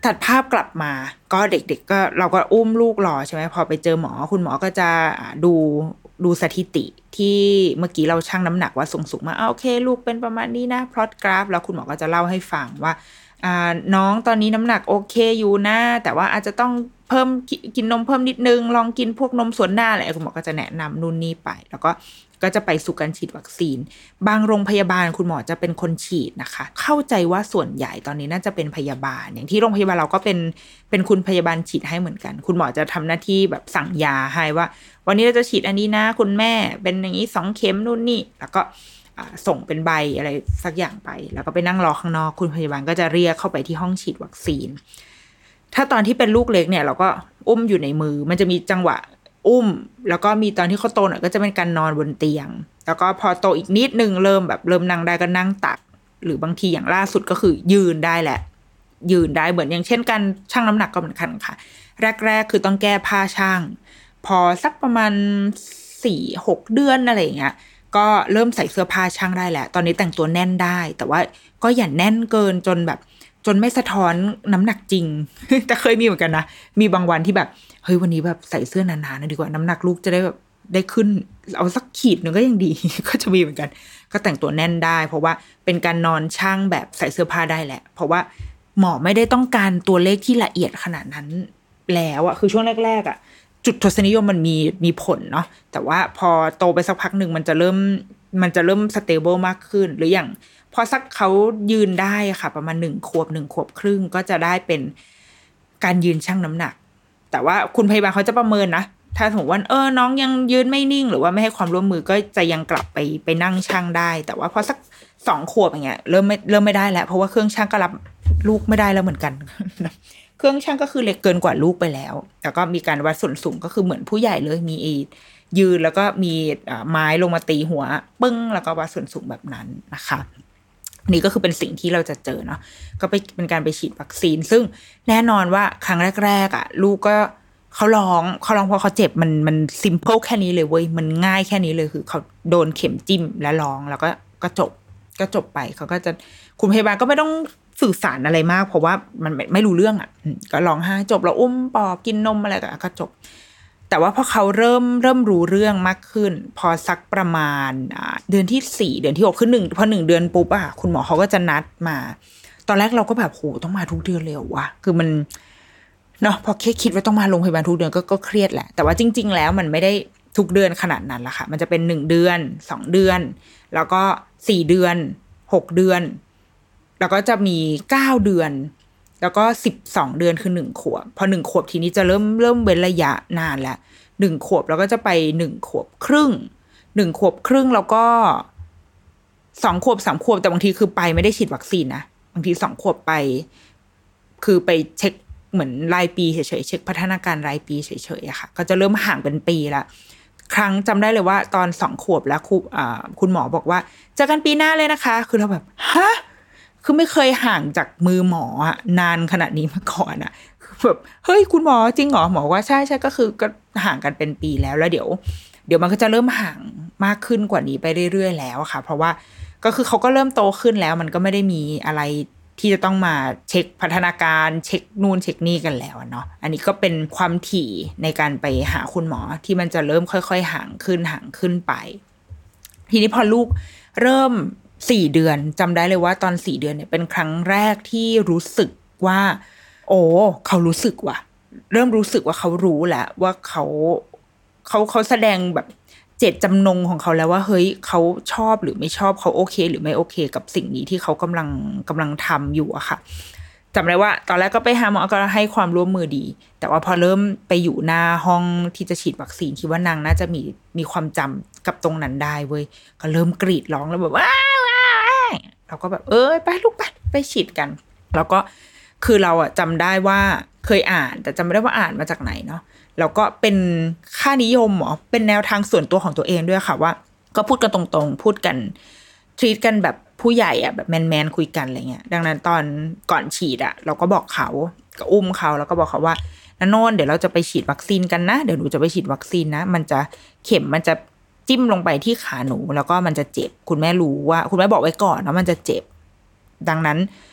ตัดภาพกลับมาก็เด็กๆก็เราก็อุ้มลูกรอใช่ไหมพอไปเจอหมอคุณหมอก็จะดูสถิติที่เมื่อกี้เราชั่งน้ำหนักว่าสูงมาโอเคลูกเป็นประมาณนี้นะพลอตกราฟแล้วคุณหมอก็จะเล่าให้ฟังว่าน้องตอนนี้น้ำหนักโอเคอยู่นะแต่ว่าอาจจะต้องเพิ่มกินนมเพิ่มนิดนึงลองกินพวกนมสวนหน้าอะไรคุณหมอก็จะแนะนำนู่นนี่ไปแล้วก็จะไปสู่การฉีดวัคซีนบางโรงพยาบาลคุณหมอจะเป็นคนฉีดนะคะเข้าใจว่าส่วนใหญ่ตอนนี้น่าจะเป็นพยาบาลอย่างที่โรงพยาบาลเราก็เป็นคุณพยาบาลฉีดให้เหมือนกันคุณหมอจะทำหน้าที่แบบสั่งยาให้ว่าวันนี้เราจะฉีดอันนี้นะคุณแม่เป็นอย่างนี้2 เข็มนู่นนี่แล้วก็ส่งเป็นใบอะไรสักอย่างไปแล้วก็ไปนั่งรอข้างนอกคุณพยาบาลก็จะเรียกเข้าไปที่ห้องฉีดวัคซีนถ้าตอนที่เป็นลูกเล็กเนี่ยเราก็อุ้มอยู่ในมือมันจะมีจังหวะอุ้มแล้วก็มีตอนที่เขาโตหน่อยก็จะเป็นการนอนบนเตียงแล้วก็พอโตอีกนิดนึงเริ่มนั่งได้ก็นั่งตักหรือบางทีอย่างล่าสุดก็คือยืนได้แหละยืนได้เหมือนอย่างเช่นการชั่งน้ำหนักก็เหมือนกันค่ะแรกคือต้องแก้ผ้าชั่งพอสักประมาณ 4-6 เดือนอะไรอย่างเงี้ยก็เริ่มใส่เสื้อผ้าชั่งได้แหละตอนนี้แต่งตัวแน่นได้แต่ว่าก็อย่าแน่นเกินจนไม่สะท้อนน้ำหนักจริง แต่เคยมีเหมือนกันนะมีบางวันที่แบบเฮ้ยวันนี้แบบใส่เสื้อหนาๆนะดีกว่าน้ำหนักลูกจะได้แบบได้ขึ้นเอาสักขีดนึงก็ยังดี ก็จะมีเหมือนกันก็แต่งตัวแน่นได้เพราะว่าเป็นการนอนช่างแบบใส่เสื้อผ้าได้แหละเพราะว่าหมอไม่ได้ต้องการตัวเลขที่ละเอียดขนาดนั้นแล้วอะคือช่วงแรกๆอะจุดทศนิยมมันมีผลเนาะแต่ว่าพอโตไปสักพักหนึ่งมันจะเริ่มสเตเบิลมากขึ้นหรืออย่างพอสักเขายืนได้ค่ะประมาณ1 ขวบ 1 ขวบครึ่งก็จะได้เป็นการยืนชั่งน้ำหนักแต่ว่าคุณพยาบาลเขาจะประเมินนะถ้าสมมติว่าน้องยังยืนไม่นิ่งหรือว่าไม่ให้ความร่วมมือก็จะยังกลับไปนั่งชั่งได้แต่ว่าพอสัก2 ขวบอย่างเงี้ยเริ่มไม่ได้แล้วเพราะว่าเครื่องชั่งก็รับลูกไม่ได้แล้วเหมือนกัน เครื่องชั่งก็คือเล็กเกินกว่าลูกไปแล้วแล้วก็มีการวัดส่วนสูงก็คือเหมือนผู้ใหญ่เลยมียืนแล้วก็มีไม้ลงมาตีหัวปึ้งแล้วก็วัดส่วนสูงแบบนั้นนะคะนี่ก็คือเป็นสิ่งที่เราจะเจอเนาะก็เป็นการไปฉีดวัคซีนซึ่งแน่นอนว่าครั้งแรกๆอ่ะลูกก็เขาร้องเพราะเขาเจ็บมันซิมเปิลแค่นี้เลยเว้ยมันง่ายแค่นี้เลยคือเขาโดนเข็มจิ้มและร้องแล้วก็จบไปเขาก็จะคุณพยาบาลก็ไม่ต้องสื่อสารอะไรมากเพราะว่ามันไม่รู้เรื่องอ่ะก็ร้องไห้จบแล้วอุ้มปอบกินนมอะไรก็จบแต่ว่าพอเขาเริ่มรู้เรื่องมากขึ้นพอสักประมาณเดือนที่4เดือนที่6คือพอ1 เดือนปุ๊บคุณหมอเขาก็จะนัดมาตอนแรกเราก็แบบโหต้องมาทุกเดือนเลยว่ะคือมันเนาะพอแค่คิดว่าต้องมาโรงพยาบาลทุกเดือนก็เครียดแหละแต่ว่าจริงๆแล้วมันไม่ได้ทุกเดือนขนาดนั้นละค่ะมันจะเป็น1 เดือน2 เดือนแล้วก็4 เดือน6 เดือนแล้วก็จะมี9 เดือนแล้วก็12 เดือนคือ1 ขวบพอ1 ขวบทีนี้จะเริ่มเว้นระยะนานแล้ว1 ขวบแล้วก็จะไป1 ขวบครึ่ง1 ขวบครึ่งแล้วก็2 ขวบ3 ขวบแต่บางทีคือไปไม่ได้ฉีดวัคซีนนะบางที2 ขวบไปคือไปเช็คเหมือนรายปีเฉยๆเช็คพัฒนาการรายปีเฉยๆอะค่ะก็จะเริ่มห่างเป็นปีละครั้งจำได้เลยว่าตอน2 ขวบแล้วคุณหมอบอกว่าเจอกันปีหน้าเลยนะคะคือเราแบบฮะคือไม่เคยห่างจากมือหมอนานขนาดนี้มาก่อนอะแบบเฮ้ยคุณหมอจริงเหรอหมอว่าใช่ก็คือก็ห่างกันเป็นปีแล้วเดี๋ยวมันก็จะเริ่มห่างมากขึ้นกว่านี้ไปเรื่อยๆแล้วค่ะเพราะว่าก็คือเขาก็เริ่มโตขึ้นแล้วมันก็ไม่ได้มีอะไรที่จะต้องมาเช็คพัฒนาการเช็คนู่นเช็คนี่กันแล้วเนาะอันนี้ก็เป็นความถี่ในการไปหาคุณหมอที่มันจะเริ่มค่อยๆห่างขึ้นไปทีนี้พอลูกเริ่ม4 เดือนจำได้เลยว่าตอน4 เดือนเนี่ยเป็นครั้งแรกที่รู้สึกว่าโอ้เขารู้สึกว่ะเริ่มรู้สึกว่าเขารู้แหละว่าเขาแสดงแบบเจตจำนงของเขาแล้วว่าเฮ้ยเขาชอบหรือไม่ชอบเขาโอเคหรือไม่โอเคกับสิ่งนี้ที่เขากำลังทำอยู่อะค่ะจำได้ว่าตอนแรกก็ไปหาหมอก็ให้ความร่วมมือดีแต่ว่าพอเริ่มไปอยู่หน้าห้องที่จะฉีดวัคซีนคิดว่านางน่าจะมีความจำกับตรงนั้นได้เว้ยก็เริ่มกรีดร้องแล้วแบบว้าวเราก็แบบไปลูกไปฉีดกันแล้วก็คือเราอะจำได้ว่าเคยอ่านแต่จำไม่ได้ว่าอ่านมาจากไหนเนาะแล้วก็เป็นค่านิยมเป็นแนวทางส่วนตัวของตัวเองด้วยค่ะว่าก็พูดกันตรงๆพูดกันทรีตกันแบบผู้ใหญ่อะแบบแมนคุยกันอะไรเงี้ยดังนั้นตอนก่อนฉีดอะเราก็บอกเขาก็อุ้มเขาแล้วก็บอกเขาว่าณโนนเดี๋ยวเราจะไปฉีดวัคซีนกันนะเดี๋ยวหนูจะไปฉีดวัคซีนนะมันจะเข็มมันจะจิ้มลงไปที่ขาหนูแล้วก็มันจะเจ็บคุณแม่รู้ว่าคุณแม่บอกไว้ก่อนนะมันจะเจ็บดังนั้น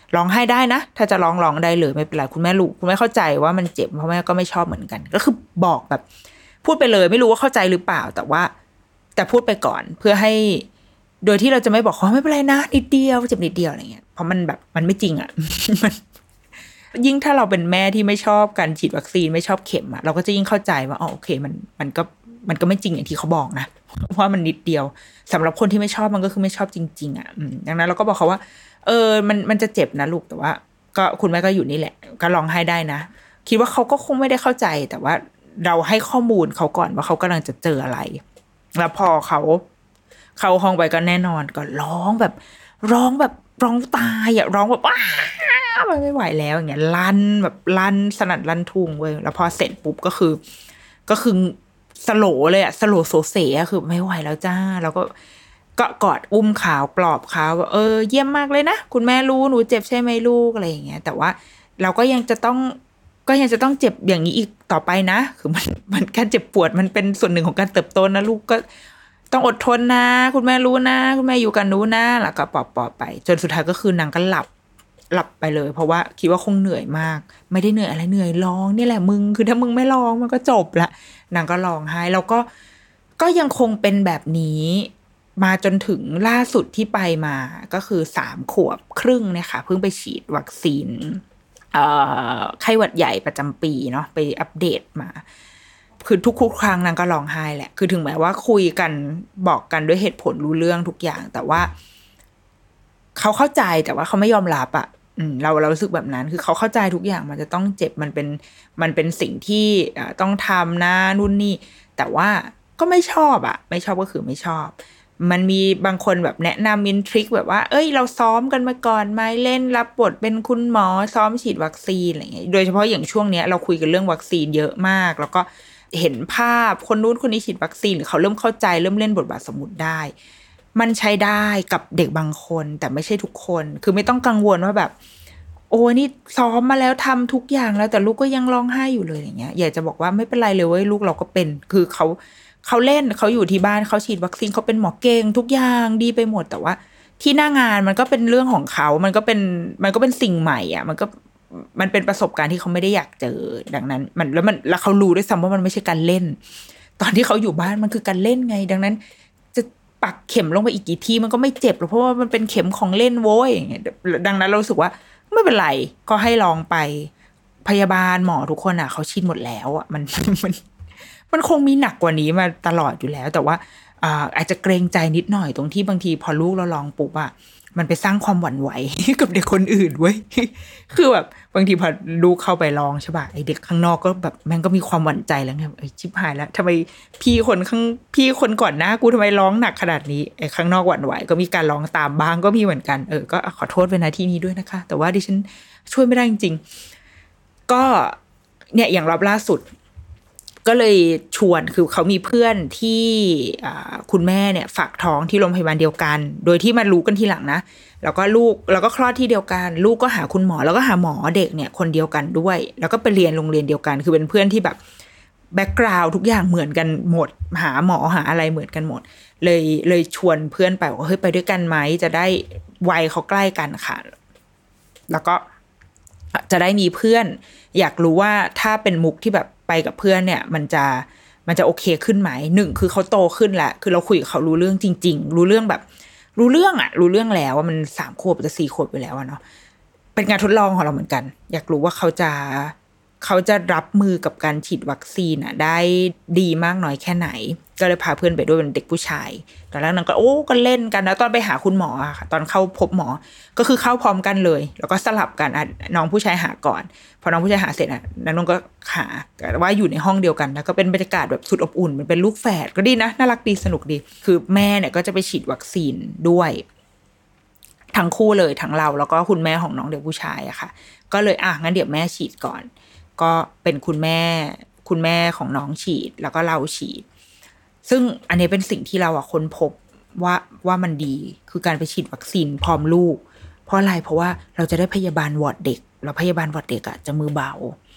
ร้องไห้ได้นะถ้าจะร้องได้เลยไม่เป็นไรคุณแม่รู้คุณแม่เข้าใจว่ามันเจ็บเพราะแม่ก็ไม่ชอบเหมือนกันก็คือบอกแบบพูดไปเลยไม่รู้ว่าเข้าใจหรือเปล่าแต่พูดไปก่อนเพื่อให้โดยที่เราจะไม่บอกเขาไม่เป็นไรนะนิดเดียวเจ็บนิดเดียวอะไรเงี้ยเพราะมันแบบมันไม่จริงอ่ะ มันยิ่งถ้าเราเป็นแม่ที่ไม่ชอบการฉีดวัคซีนไม่ชอบเข็มอ่ะเราก็จะยิ่งเข้าใจว่าอ๋อโอเคมันก็ไม่จริงอย่างที่เขาบอกนะเพราะมันนิดเดียวสำหรับคนที่ไม่ชอบมันก็คือไม่ชอบจริงๆอ่ะดังนั้นเราก็บอกเขาว่ามันจะเจ็บนะลูกแต่ว่าก็คุณแม่ก็อยู่นี่แหละก็ร้องไห้ได้นะคิดว่าเขาก็คงไม่ได้เข้าใจแต่ว่าเราให้ข้อมูลเขาก่อนว่าเขากำลังจะเจออะไรแล้วพอเขาเข้าห้องไปก็แน่นอนก็ร้องตายอ่ะร้องแบบว้าไม่ไหวแล้วอย่างเงี้ยลั่นสนั่นลั่นทุ่งเว้ยแล้วพอเสร็จปุ๊บก็คือสโลเลยอะสโลโซเซอะคือไม่ไหวแล้วจ้าแล้วก็กอดอุ้มขาวปลอบเขาว่าเยี่ยมมากเลยนะคุณแม่รู้หนูเจ็บใช่ไหมลูกอะไรอย่างเงี้ยแต่ว่าเราก็ยังจะต้องเจ็บอย่างนี้อีกต่อไปนะคือมันการเจ็บปวดมันเป็นส่วนหนึ่งของการเติบโตนะลูกก็ต้องอดทนนะคุณแม่รู้นะคุณแม่อยู่กันหนูนะแล้วก็ปลอบไปจนสุดท้ายก็คือนางก็หลับไปเลยเพราะว่าคิดว่าคงเหนื่อยมากไม่ได้เหนื่อยอะไรเหนื่อยร้องนี่แหละมึงคือถ้ามึงไม่ร้องมันก็จบละนางก็ร้องไห้แล้วก็ยังคงเป็นแบบนี้มาจนถึงล่าสุดที่ไปมาก็คือ3 ขวบครึ่งเนี่ยค่ะเพิ่งไปฉีดวัคซีนไข้หวัดใหญ่ประจำปีเนาะไปอัปเดตมาคือทุกครั้งนางก็ร้องไห้แหละคือถึงแม้ว่าคุยกันบอกกันด้วยเหตุผลรู้เรื่องทุกอย่างแต่ว่าเขาเข้าใจแต่ว่าเขาไม่ยอมรับอ่ะเรารู้สึกแบบนั้นคือเขาเข้าใจทุกอย่างมันจะต้องเจ็บมันเป็นสิ่งที่ต้องทำนะนู่นนี่แต่ว่าก็ไม่ชอบอ่ะไม่ชอบก็คือไม่ชอบมันมีบางคนแบบแนะนำมินทริคแบบว่าเราซ้อมกันมาก่อนไหมเล่นรับบทเป็นคุณหมอซ้อมฉีดวัคซีนอะไรเงี้ยโดยเฉพาะอย่างช่วงเนี้ยเราคุยกันเรื่องวัคซีนเยอะมากแล้วก็เห็นภาพคนนู้นคนนี้ฉีดวัคซีนหรือเขาเริ่มเข้าใจเริ่มเล่นบทบาทสมมุติได้มันใช้ได้กับเด็กบางคนแต่ไม่ใช่ทุกคนคือไม่ต้องกังวลว่าแบบโอ้นี่ซ้อมมาแล้วทำทุกอย่างแล้วแต่ลูกก็ยังร้องไห้อยู่เลยอย่างเงี้ยอยากจะบอกว่าไม่เป็นไรเลยเว้ยลูกเราก็เป็นคือเขาเล่นเขาอยู่ที่บ้านเขาฉีดวัคซีนเขาเป็นหมอเก่งทุกอย่างดีไปหมดแต่ว่าที่หน้างานมันก็เป็นเรื่องของเขามันก็เป็นสิ่งใหม่อ่ะมันเป็นประสบการณ์ที่เขาไม่ได้อยากเจอดังนั้นแล้วเขารู้ด้วยซ้ำว่ามันไม่ใช่การเล่นตอนที่เขาอยู่บ้านมันคือการเล่นไงดังนั้นจะปักเข็มลงไปอีกกี่ทีมันก็ไม่เจ็บหรอกเพราะว่ามันเป็นเข็มของเล่นโว้ยอย่างเงี้ยดังนั้นเรารู้สึกว่าไม่เป็นไรก็ให้ลองไปพยาบาลหมอทุกคนอ่ะเขาชินหมดแล้วอ่ะมันคงมีหนักกว่านี้มาตลอดอยู่แล้วแต่ว่าอาจจะเกรงใจนิดหน่อยตรงที่บางทีพอลูกเราลองปุ๊บอ่ะมันไปสร้างความหวั่นไหว กับเด็กคนอื่นเว้ย คือแบบบางทีพอลูกเข้าไปลองใช่ป่ะไอเด็กข้างนอกก็แบบแม่งก็มีความหวั่นใจแล้วไงชิบหายแล้วทำไมพี่คนก่อนหน้ากูทำไมร้องหนักขนาดนี้ไอข้างนอกหวั่นไหวก็มีการร้องตามบ้างก็มีเหมือนกันก็ขอโทษเวลาที่นี้ด้วยนะคะแต่ว่าดิฉันช่วยไม่ได้จริงๆก็เนี่ยอย่างรอบล่าสุดก็เลยชวนคือเขามีเพื่อนที่คุณแม่เนี่ยฝากท้องที่โรงพยาบาลเดียวกันโดยที่มารู้กันทีหลังนะแล้วก็ลูกแล้วก็คลอดที่เดียวกันลูกก็หาคุณหมอแล้วก็หาหมอเด็กเนี่ยคนเดียวกันด้วยแล้วก็ไปเรียนโรงเรียนเดียวกันคือเป็นเพื่อนที่แบบแบ็คกราวด์ทุกอย่างเหมือนกันหมดหาหมอหาอะไรเหมือนกันหมดเลยชวนเพื่อนไปว่าเฮ้ยไปด้วยกันไหมจะได้วัยเขาใกล้กันค่ะแล้วก็จะได้มีเพื่อนอยากรู้ว่าถ้าเป็นมุกที่แบบไปกับเพื่อนเนี่ยมันจะโอเคขึ้นไหม1คือเขาโตขึ้นแล้วคือเราคุยกับเขารู้เรื่องจริงๆรู้เรื่องแบบรู้เรื่องแล้วว่ามัน3 ขวบจะ4 ขวบไปแล้วเนาะเป็นการทดลองของเราเหมือนกันอยากรู้ว่าเขาจะรับมือกับการฉีดวัคซีนได้ดีมากน้อยแค่ไหนก็เลยพาเพื่อนไปด้วยเป็นเด็กผู้ชายตอนแรกนั้นก็เล่นกันแล้วตอนไปหาคุณหมอค่ะตอนเข้าพบหมอก็คือเข้าพร้อมกันเลยแล้วก็สลับกันน้องผู้ชายหาก่อนพอน้องผู้ชายหาเสร็จน้องก็หาว่าอยู่ในห้องเดียวกันแล้วก็เป็นบรรยากาศแบบสุดอบอุ่นมันเป็นลูกแฝดก็ดีนะน่ารักดีสนุกดีคือแม่เนี่ยก็จะไปฉีดวัคซีนด้วยทั้งคู่เลยทั้งเราแล้วก็คุณแม่ของน้องเด็กผู้ชายอะค่ะก็เลยงั้นเดี๋ยวแม่ฉีดก่อนก็เป็นคุณแม่ของน้องฉีดแล้วก็เราฉีดซึ่งอันนี้เป็นสิ่งที่เราค้นพบว่ามันดีคือการไปฉีดวัคซีนพร้อมลูกเพราะอะไรเพราะว่าเราจะได้พยาบาลวอร์ดเด็กแล้วพยาบาลวอร์ดเด็กจะมือเบา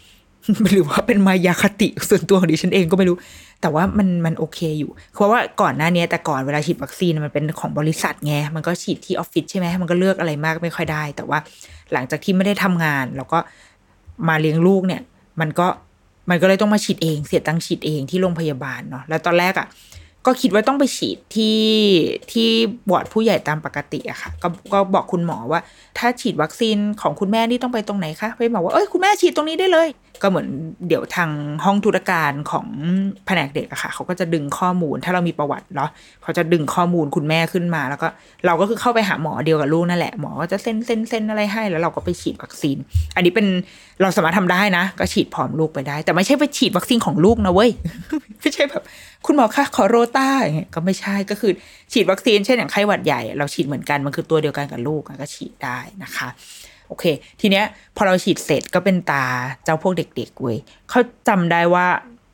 หรือว่าเป็นมายาคติส่วนตัวของดิฉันเองก็ไม่รู้แต่ว่ามันโอเคอยู่เพราะว่าก่อนหน้านี้แต่ก่อนเวลาฉีดวัคซีนมันเป็นของบริษัทไงมันก็ฉีดที่ออฟฟิศใช่ไหมมันก็เลือกอะไรมากไม่ค่อยได้แต่ว่าหลังจากที่ไม่ได้ทำงานแล้วก็มาเลี้ยงลูกเนี่ยมันก็เลยต้องมาฉีดเองเสียตังค์ฉีดเองที่โรงพยาบาลเนาะแล้วตอนแรกก็คิดว่าต้องไปฉีดที่วอร์ดผู้ใหญ่ตามปกติอะค่ะก็บอกคุณหมอว่าถ้าฉีดวัคซีนของคุณแม่นี่ต้องไปตรงไหนคะไปบอกว่าคุณแม่ฉีดตรงนี้ได้เลยก็เหมือนเดี๋ยวทางห้องธุรการของแผนกเด็กอะค่ะเขาก็จะดึงข้อมูลถ้าเรามีประวัติเนาะเขาจะดึงข้อมูลคุณแม่ขึ้นมาแล้วก็เราก็คือเข้าไปหาหมอเดียวกับลูกนั่นแหละหมอก็จะเซ็นอะไรให้แล้วเราก็ไปฉีดวัคซีนอันนี้เป็นเราสามารถทำได้นะก็ฉีดพร้อมลูกไปได้แต่ไม่ใช่ไปฉีดวัคซีนของลูกนะเว้ย ไม่ใช่แบบคุณหมอคะขอโรต้าอย่างเงี้ยก็ไม่ใช่ก็คือฉีดวัคซีนเช่นอย่างไข้หวัดใหญ่เราฉีดเหมือนกันมันคือตัวเดียวกันกับลูกก็ฉีดได้นะคะโอเคทีเนี้ยพอเราฉีดเสร็จก็เป็นตาเจ้าพวกเด็กๆเว้ยเขาจำได้ว่า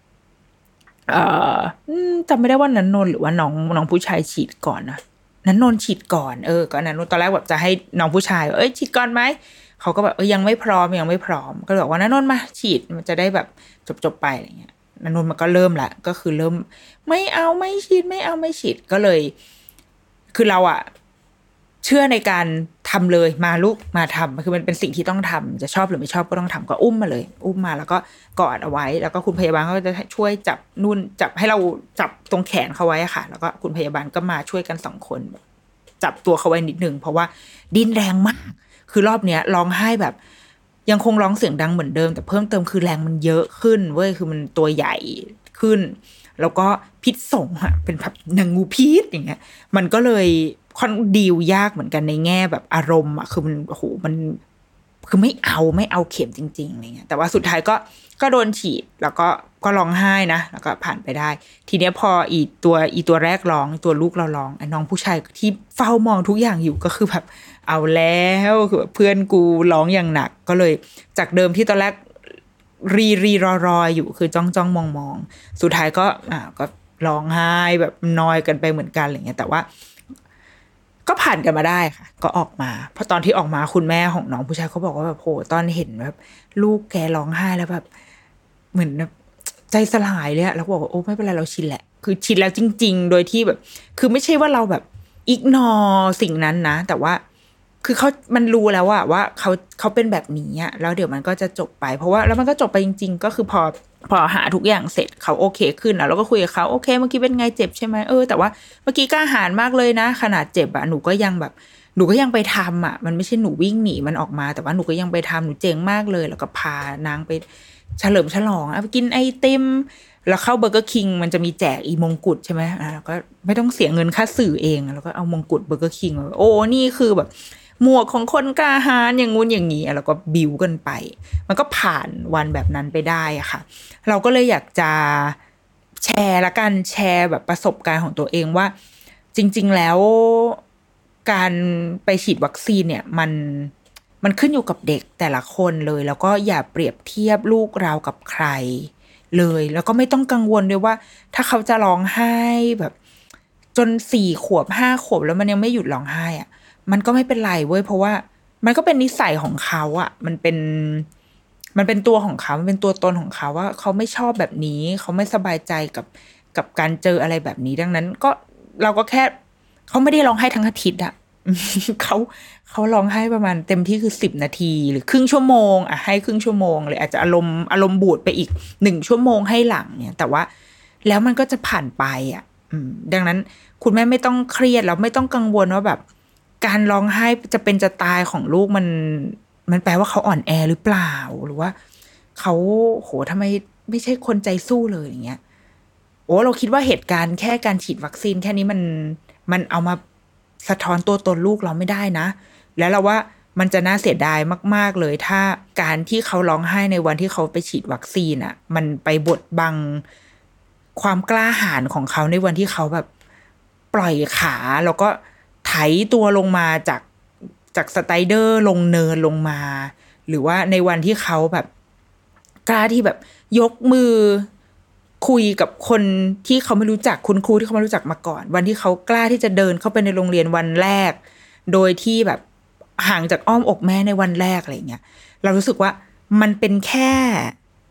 จำไม่ได้ว่านันนนหรือว่าน้องผู้ชายฉีดก่อนนะนันนนฉีดก่อนก็นันนนตอนแรกแบบจะให้น้องผู้ชายฉีดก่อนไหมเขาก็แบบยังไม่พร้อมก็เลยบอกว่านันนนมาฉีดมันจะได้แบบจบไปอะไรเงี้ยนันนนมันก็เริ่มละก็คือเริ่มไม่เอาไม่ฉีดก็เลยคือเราเชื่อในการทำเลยมาลูกมาทำคือมันเป็นสิ่งที่ต้องทำจะชอบหรือไม่ชอบก็ต้องทำก็อุ้มมาเลยอุ้มมาแล้วก็กอดเอาไว้แล้วก็คุณพยาบาลก็จะช่วยจับนู่นจับให้เราจับตรงแขนเขาไว้ค่ะแล้วก็คุณพยาบาลก็มาช่วยกัน2 คนจับตัวเขาไว้นิดนึงเพราะว่าดิ้นแรงมากคือรอบเนี้ยร้องไห้แบบยังคงร้องเสียงดังเหมือนเดิมแต่เพิ่มเติมคือแรงมันเยอะขึ้นเว้ยคือมันตัวใหญ่ขึ้นแล้วก็พิษส่งเป็นแบบนางงูพิษอย่างเงี้ยมันก็เลยค่อนดีลยากเหมือนกันในแง่แบบอารมณ์คือมันโอ้โหมันคือไม่เอาเข็มจริงๆอะไรเงี้ยแต่ว่าสุดท้ายก็โดนฉีดแล้วก็ร้องไห้นะแล้วก็ผ่านไปได้ทีเนี้ยพออีตัวแรกร้องตัวลูกเราร้องไอ้น้องผู้ชายที่เฝ้ามองทุกอย่างอยู่ก็คือแบบเอาแล้วคือเพื่อนกูร้องอย่างหนักก็เลยจากเดิมที่ตอนแรกรีรออยู่คือจ้องมองสุดท้ายก็ร้องไห้แบบนอยกันไปเหมือนกันอะไรเงี้ยแต่ว่าก็ผ่านกันมาได้ค่ะก็ออกมาเพราะตอนที่ออกมาคุณแม่ของน้องผู้ชายเขาบอกว่าแบบโหตอนเห็นแบบลูกแกร้องไห้แล้วแบบเหมือนแบบใจสลายเลยแล้วบอกว่าโอ้ไม่เป็นไรเราชินแหละคือชินแล้วจริงๆโดยที่แบบคือไม่ใช่ว่าเราแบบอิกนอสิ่งนั้นนะแต่ว่าคือมันรู้แล้วว่าเขาเป็นแบบนี้แล้วเดี๋ยวมันก็จะจบไปเพราะว่าแล้วมันก็จบไปจริงๆก็คือพอหาทุกอย่างเสร็จเขาโอเคขึ้นแล้วเราก็คุยกับเขาโอเคเมื่อกี้เป็นไงเจ็บใช่ไหมแต่ว่าเมื่อกี้กล้าหาญมากเลยนะขนาดเจ็บหนูก็ยังไปทำมันไม่ใช่หนูวิ่งหนีมันออกมาแต่ว่าหนูก็ยังไปทำหนูเจ๋งมากเลยแล้วก็พานางไปเฉลิมฉลองไปกินไอติมแล้วเข้าเบอร์เกอร์คิงมันจะมีแจกอีมงกุฎใช่ไหมแล้วก็ไม่ต้องเสียเงินค่าสื่อเองแล้วก็เอามงกุฎเบอร์เกอร์คิงโอ้นี่คือแบบหมวกของคนกล้าหาญอย่างงู้นอย่างนี้แล้วก็บิวกันไปมันก็ผ่านวันแบบนั้นไปได้ค่ะเราก็เลยอยากจะแชร์แบบประสบการณ์ของตัวเองว่าจริงๆแล้วการไปฉีดวัคซีนเนี่ยมันขึ้นอยู่กับเด็กแต่ละคนเลยแล้วก็อย่าเปรียบเทียบลูกเรากับใครเลยแล้วก็ไม่ต้องกังวลด้วยว่าถ้าเขาจะร้องไห้แบบจน4 ขวบ5 ขวบแล้วมันยังไม่หยุดร้องไห้มันก็ไม่เป็นไรเว้ยเพราะว่ามันก็เป็นนิสัยของเขามันเป็นตัวของเขามันเป็นตัวตนของเขาว่าเขาไม่ชอบแบบนี้เขาไม่สบายใจกับการเจออะไรแบบนี้ดังนั้นก็เราก็แค่เขาไม่ได้ร้องไห้ทั้งอาทิตย์เขาร้องไห้ประมาณเต็มที่คือ10 นาทีหรือครึ่งชั่วโมงให้ครึ่งชั่วโมงเลยอาจจะอารมณ์บูดไปอีก1 ชั่วโมงให้หลังเนี่ยแต่ว่าแล้วมันก็จะผ่านไปดังนั้นคุณแม่ไม่ต้องเครียดแล้วไม่ต้องกังวลว่าแบบการร้องไห้จะเป็นจะตายของลูกมันแปลว่าเขาอ่อนแอหรือเปล่าหรือว่าเขาโหทำไมไม่ใช่คนใจสู้เลยอย่างเงี้ยเราคิดว่าเหตุการณ์แค่การฉีดวัคซีนแค่นี้มันเอามาสะท้อนตัวตนลูกเราไม่ได้นะแล้วเราว่ามันจะน่าเสียดายมากๆเลยถ้าการที่เขาร้องไห้ในวันที่เขาไปฉีดวัคซีนมันไปบดบังความกล้าหาญของเขาในวันที่เขาแบบปล่อยขาแล้วก็ไถตัวลงมาจากสไตรเดอร์ลงเนินลงมาหรือว่าในวันที่เขาแบบกล้าที่แบบยกมือคุยกับคนที่เขาไม่รู้จักคุณครูที่เขาไม่รู้จักมาก่อนวันที่เขากล้าที่จะเดินเข้าไปในโรงเรียนวันแรกโดยที่แบบห่างจากอ้อมอกแม่ในวันแรกอะไรเงี้ยเรารู้สึกว่ามันเป็นแค่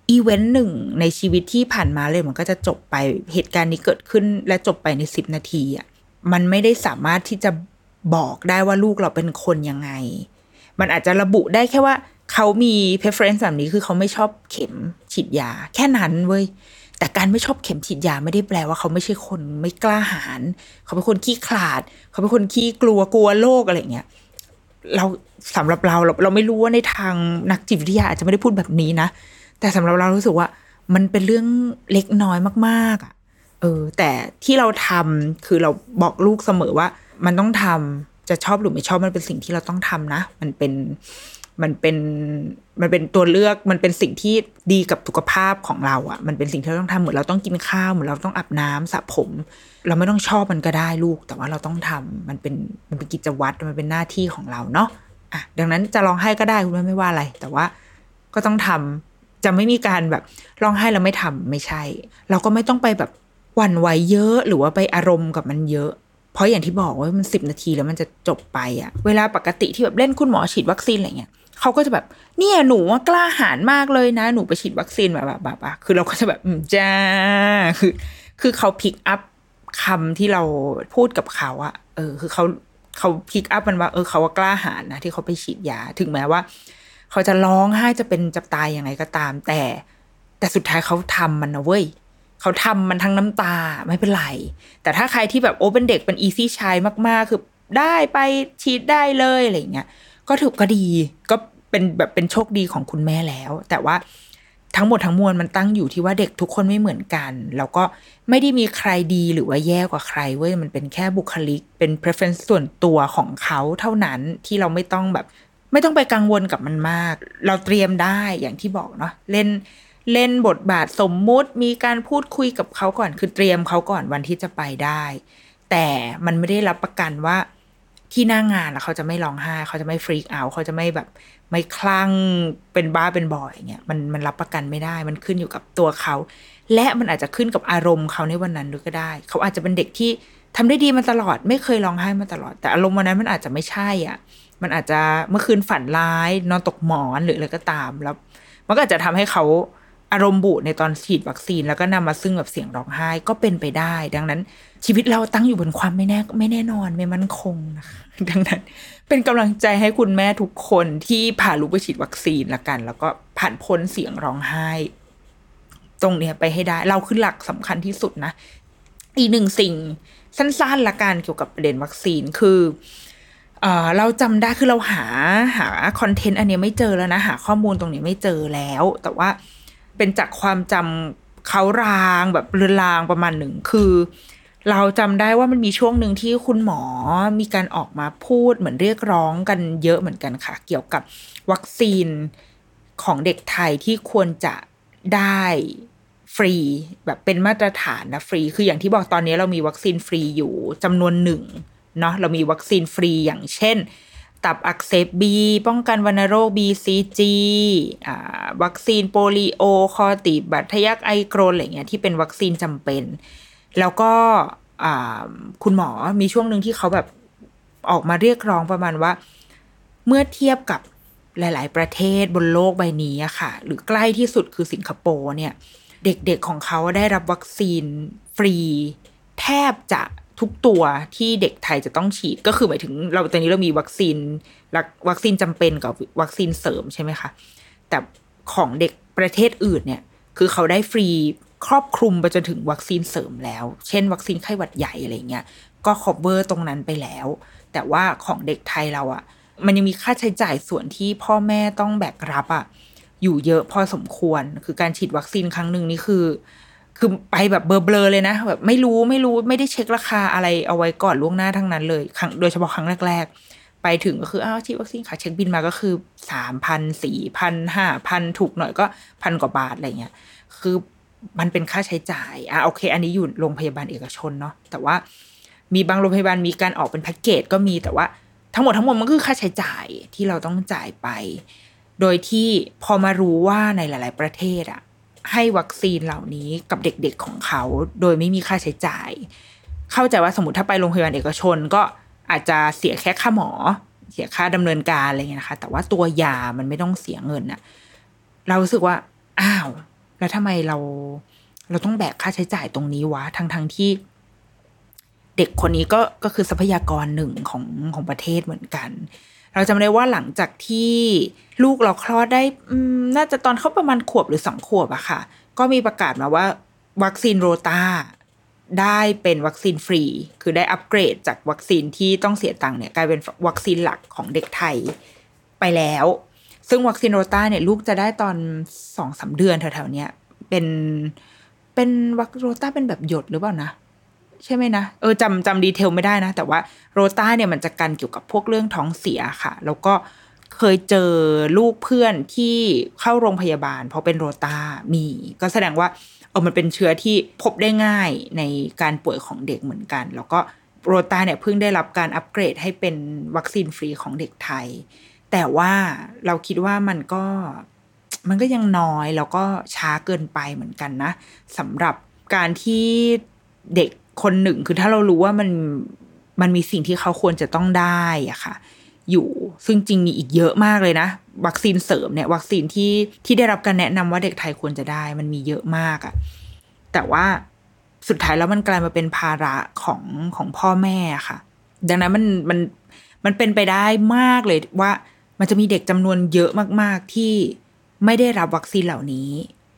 อีเวนต์หนึ่งในชีวิตที่ผ่านมาเลยมันก็จะจบไปเหตุการณ์นี้เกิดขึ้นและจบไปใน10 นาทีอ่ะมันไม่ได้สามารถที่จะบอกได้ว่าลูกเราเป็นคนยังไงมันอาจจะระบุได้แค่ว่าเขามี preference แบบนี้คือเขาไม่ชอบเข็มฉีดยาแค่นั้นเว้ยแต่การไม่ชอบเข็มฉีดยาไม่ได้แปลว่าเขาไม่ใช่คนไม่กล้าหาญเขาเป็นคนขี้ขลาดเขาเป็นคนขี้กลัวโลกอะไรอย่างเงี้ยเราสำหรับเราไม่รู้ว่าในทางนักจิตวิทยาอาจจะไม่ได้พูดแบบนี้นะแต่สำหรับเรารู้สึกว่ามันเป็นเรื่องเล็กน้อยมากๆอ่ะแต่ที่เราทำคือเราบอกลูกเสมอว่ามันต้องทำจะชอบหรือไม่ชอบมันเป็นสิ่งที่เราต้องทำนะมันเป็นตัวเลือกมันเป็นสิ่งที่ดีกับสุขภาพของเราอ่ะมันเป็นสิ่งที่เราต้องทำเหมือนเราต้องกินข้าวเหมือนเราต้องอาบน้ำสระผมเราไม่ต้องชอบมันก็ได้ลูกแต่ว่าเราต้องทำมันเป็นกิจวัตรมันเป็นหน้าที่ของเราเนาะอ่ะดังนั้นจะร้องไห้ก็ได้คุณแม่ไม่ว่าอะไรแต่ว่าก็ต้องทำจะไม่มีการแบบร้องไห้แล้วไม่ทำไม่ใช่เราก็ไม่ต้องไปแบบหวั่นไหวเยอะหรือว่าไปอารมณ์กับมันเยอะเพราะอย่างที่บอกว่ามัน10 นาทีแล้วมันจะจบไปอ่ะเวลาปกติที่แบบเล่นคุณหมอฉีดวัคซีนอะไรเงี้ยเขาก็จะแบบเนี่ยหนูว่ากล้าหาญมากเลยนะหนูไปฉีดวัคซีนแบบคือเราก็จะแบบจ้าคือเขาพิกอัพคำที่เราพูดกับเขาอะคือเขาพิกอัพมันว่าเขาว่ากล้าหาญนะที่เขาไปฉีดยาถึงแม้ว่าเขาจะร้องไห้จะเป็นจะตายยังไงก็ตามแต่สุดท้ายเขาทำมันนะเว้ยเขาทำมันทั้งน้ำตาไม่เป็นไรแต่ถ้าใครที่แบบเป็นเด็กเป็นอีซี่ชายมากๆคือได้ไปฉีดได้เลยอะไรเงี้ยก็ถือก็ดีก็เป็นโชคดีของคุณแม่แล้วแต่ว่าทั้งหมดทั้งมวลมันตั้งอยู่ที่ว่าเด็กทุกคนไม่เหมือนกันแล้วก็ไม่ได้มีใครดีหรือว่าแย่กว่าใครเว้ยมันเป็นแค่บุคลิกเป็น preference ส่วนตัวของเขาเท่านั้นที่เราไม่ต้องไปกังวลกับมันมากเราเตรียมได้อย่างที่บอกเนาะเล่นบทบาทสมมุติมีการพูดคุยกับเขาก่อนคือเตรียมเขาก่อนวันที่จะไปได้แต่มันไม่ได้รับประกันว่าที่หน้างานแล้วเขาจะไม่ร้องไห้เขาจะไม่ฟรีกเอาท์เขาจะไม่แบบไม่คลั่งเป็นบ้าเป็นบอยอย่างเงี้ยมันรับประกันไม่ได้มันขึ้นอยู่กับตัวเขาและมันอาจจะขึ้นกับอารมณ์เขาในวันนั้นด้วยก็ได้เขาอาจจะเป็นเด็กที่ทำได้ดีมาตลอดไม่เคยร้องไห้มาตลอดแต่อารมณ์วันนั้นมันอาจจะไม่ใช่อ่ะมันอาจจะเมื่อคืนฝันร้ายนอนตกหมอนหรืออะไรก็ตามแล้วมันก็อาจจะทำให้เขาอารมณ์บูดในตอนฉีดวัคซีนแล้วก็นำมาซึ่งแบบเสียงร้องไห้ก็เป็นไปได้ดังนั้นชีวิตเราตั้งอยู่บนความไม่แน่นอนไม่มั่นคงนะคะดังนั้นเป็นกำลังใจให้คุณแม่ทุกคนที่พาลูกไปฉีดวัคซีนละกันแล้วก็ผ่านพ้นเสียงร้องไห้ตรงเนี้ยไปให้ได้เราคือหลักสำคัญที่สุดนะอีกหนึ่งสิ่งสั้นๆละกันเกี่ยวกับประเด็นวัคซีนคือเราจำได้คือเราหาคอนเทนต์อันนี้ไม่เจอแล้วนะหาข้อมูลตรงนี้ไม่เจอแล้วแต่ว่าเป็นจากความจำเขารางแบบเรือนรางประมาณหนึ่งคือเราจำได้ว่ามันมีช่วงหนึ่งที่คุณหมอมีการออกมาพูดเหมือนเรียกร้องกันเยอะเหมือนกันค่ะเกี่ยวกับวัคซีนของเด็กไทยที่ควรจะได้ฟรีแบบเป็นมาตรฐานนะฟรีคืออย่างที่บอกตอนนี้เรามีวัคซีนฟรีอยู่จำนวนหนึ่งเนาะเรามีวัคซีนฟรีอย่างเช่นตับอักเสบบีป้องกันวัณโรค BCG วัคซีนโปลิโอคอติบัตทะยักไอกรนอะไรเงี้ยที่เป็นวัคซีนจำเป็นแล้วก็คุณหมอมีช่วงหนึ่งที่เขาแบบออกมาเรียกร้องประมาณว่าเมื่อเทียบกับหลายๆประเทศบนโลกใบนี้อะค่ะหรือใกล้ที่สุดคือสิงคโปร์เนี่ยเด็กๆของเขาได้รับวัคซีนฟรีแทบจะทุกตัวที่เด็กไทยจะต้องฉีดก็คือหมายถึงเราตอนนี้เรามีวัคซีนจำเป็นกับวัคซีนเสริมใช่ไหมคะแต่ของเด็กประเทศอื่นเนี่ยคือเขาได้ฟรีครอบคลุมไปจนถึงวัคซีนเสริมแล้วเช่นวัคซีนไข้หวัดใหญ่อะไรเงี้ยก็ครอบเวอร์ตรงนั้นไปแล้วแต่ว่าของเด็กไทยเราอ่ะมันยังมีค่าใช้จ่ายส่วนที่พ่อแม่ต้องแบกรับอ่ะอยู่เยอะพอสมควรคือการฉีดวัคซีนครั้งนึงนี่คือไปแบบเบลอๆเลยนะแบบไม่รู้ไม่ได้เช็คราคาอะไรเอาไว้ก่อนล่วงหน้าทั้งนั้นเลยโดยเฉพาะครั้งแรกๆไปถึงก็คือฉีดวัคซีนค่ะเช็คบินมาก็คือ 3,000 4,000 5,000 ถูกหน่อยก็1,000 กว่าบาทอะไรเงี้ยคือมันเป็นค่าใช้จ่ายโอเคอันนี้อยู่โรงพยาบาลเอกชนเนาะแต่ว่ามีบางโรงพยาบาลมีการออกเป็นแพ็กเกจก็มีแต่ว่าทั้งหมดมันคือค่าใช้จ่ายที่เราต้องจ่ายไปโดยที่พอมารู้ว่าในหลายๆประเทศให้วัคซีนเหล่านี้กับเด็กๆของเขาโดยไม่มีค่าใช้จ่ายเข้าใจว่าสมมติถ้าไปโรงพยาบาลเอกชนก็อาจจะเสียแค่ค่าหมอเสียค่าดำเนินการอะไรเงี้ยนะคะแต่ว่าตัวยามันไม่ต้องเสียเงินเรารู้สึกว่าอ้าวแล้วทำไมเราต้องแบกค่าใช้จ่ายตรงนี้วะทั้งที่เด็กคนนี้ก็คือทรัพยากรหนึ่งของประเทศเหมือนกันเราจำได้ว่าหลังจากที่ลูกเราคลอดได้น่าจะตอนเขาประมาณขวบหรือ2 ขวบอะค่ะก็มีประกาศมาว่าวัคซีนโรตาได้เป็นวัคซีนฟรีคือได้อัปเกรดจากวัคซีนที่ต้องเสียตังค์เนี่ยกลายเป็นวัคซีนหลักของเด็กไทยไปแล้วซึ่งวัคซีนโรตาเนี่ยลูกจะได้ตอน 2-3 เดือนแถวๆเนี้ยเป็นวัคซีนโรตาเป็นแบบหยดหรือเปล่านะใช่ไหมนะจำดีเทลไม่ได้นะแต่ว่าโรตาเนี่ยมันจะกันเกี่ยวกับพวกเรื่องท้องเสียค่ะแล้วก็เคยเจอลูกเพื่อนที่เข้าโรงพยาบาลเพราะเป็นโรตามีก็แสดงว่ามันเป็นเชื้อที่พบได้ง่ายในการป่วยของเด็กเหมือนกันแล้วก็โรตาเนี่ยเพิ่งได้รับการอัปเกรดให้เป็นวัคซีนฟรีของเด็กไทยแต่ว่าเราคิดว่ามันก็ยังน้อยแล้วก็ช้าเกินไปเหมือนกันนะสำหรับการที่เด็กคนหนึ่งคือถ้าเรารู้ว่ามันมีสิ่งที่เขาควรจะต้องได้อะค่ะอยู่ซึ่งจริงมีอีกเยอะมากเลยนะวัคซีนเสริมเนี่ยวัคซีนที่ได้รับการแนะนำว่าเด็กไทยควรจะได้มันมีเยอะมากอะแต่ว่าสุดท้ายแล้วมันกลายมาเป็นภาระของพ่อแม่ค่ะดังนั้นมันเป็นไปได้มากเลยว่ามันจะมีเด็กจำนวนเยอะมากๆที่ไม่ได้รับวัคซีนเหล่านี้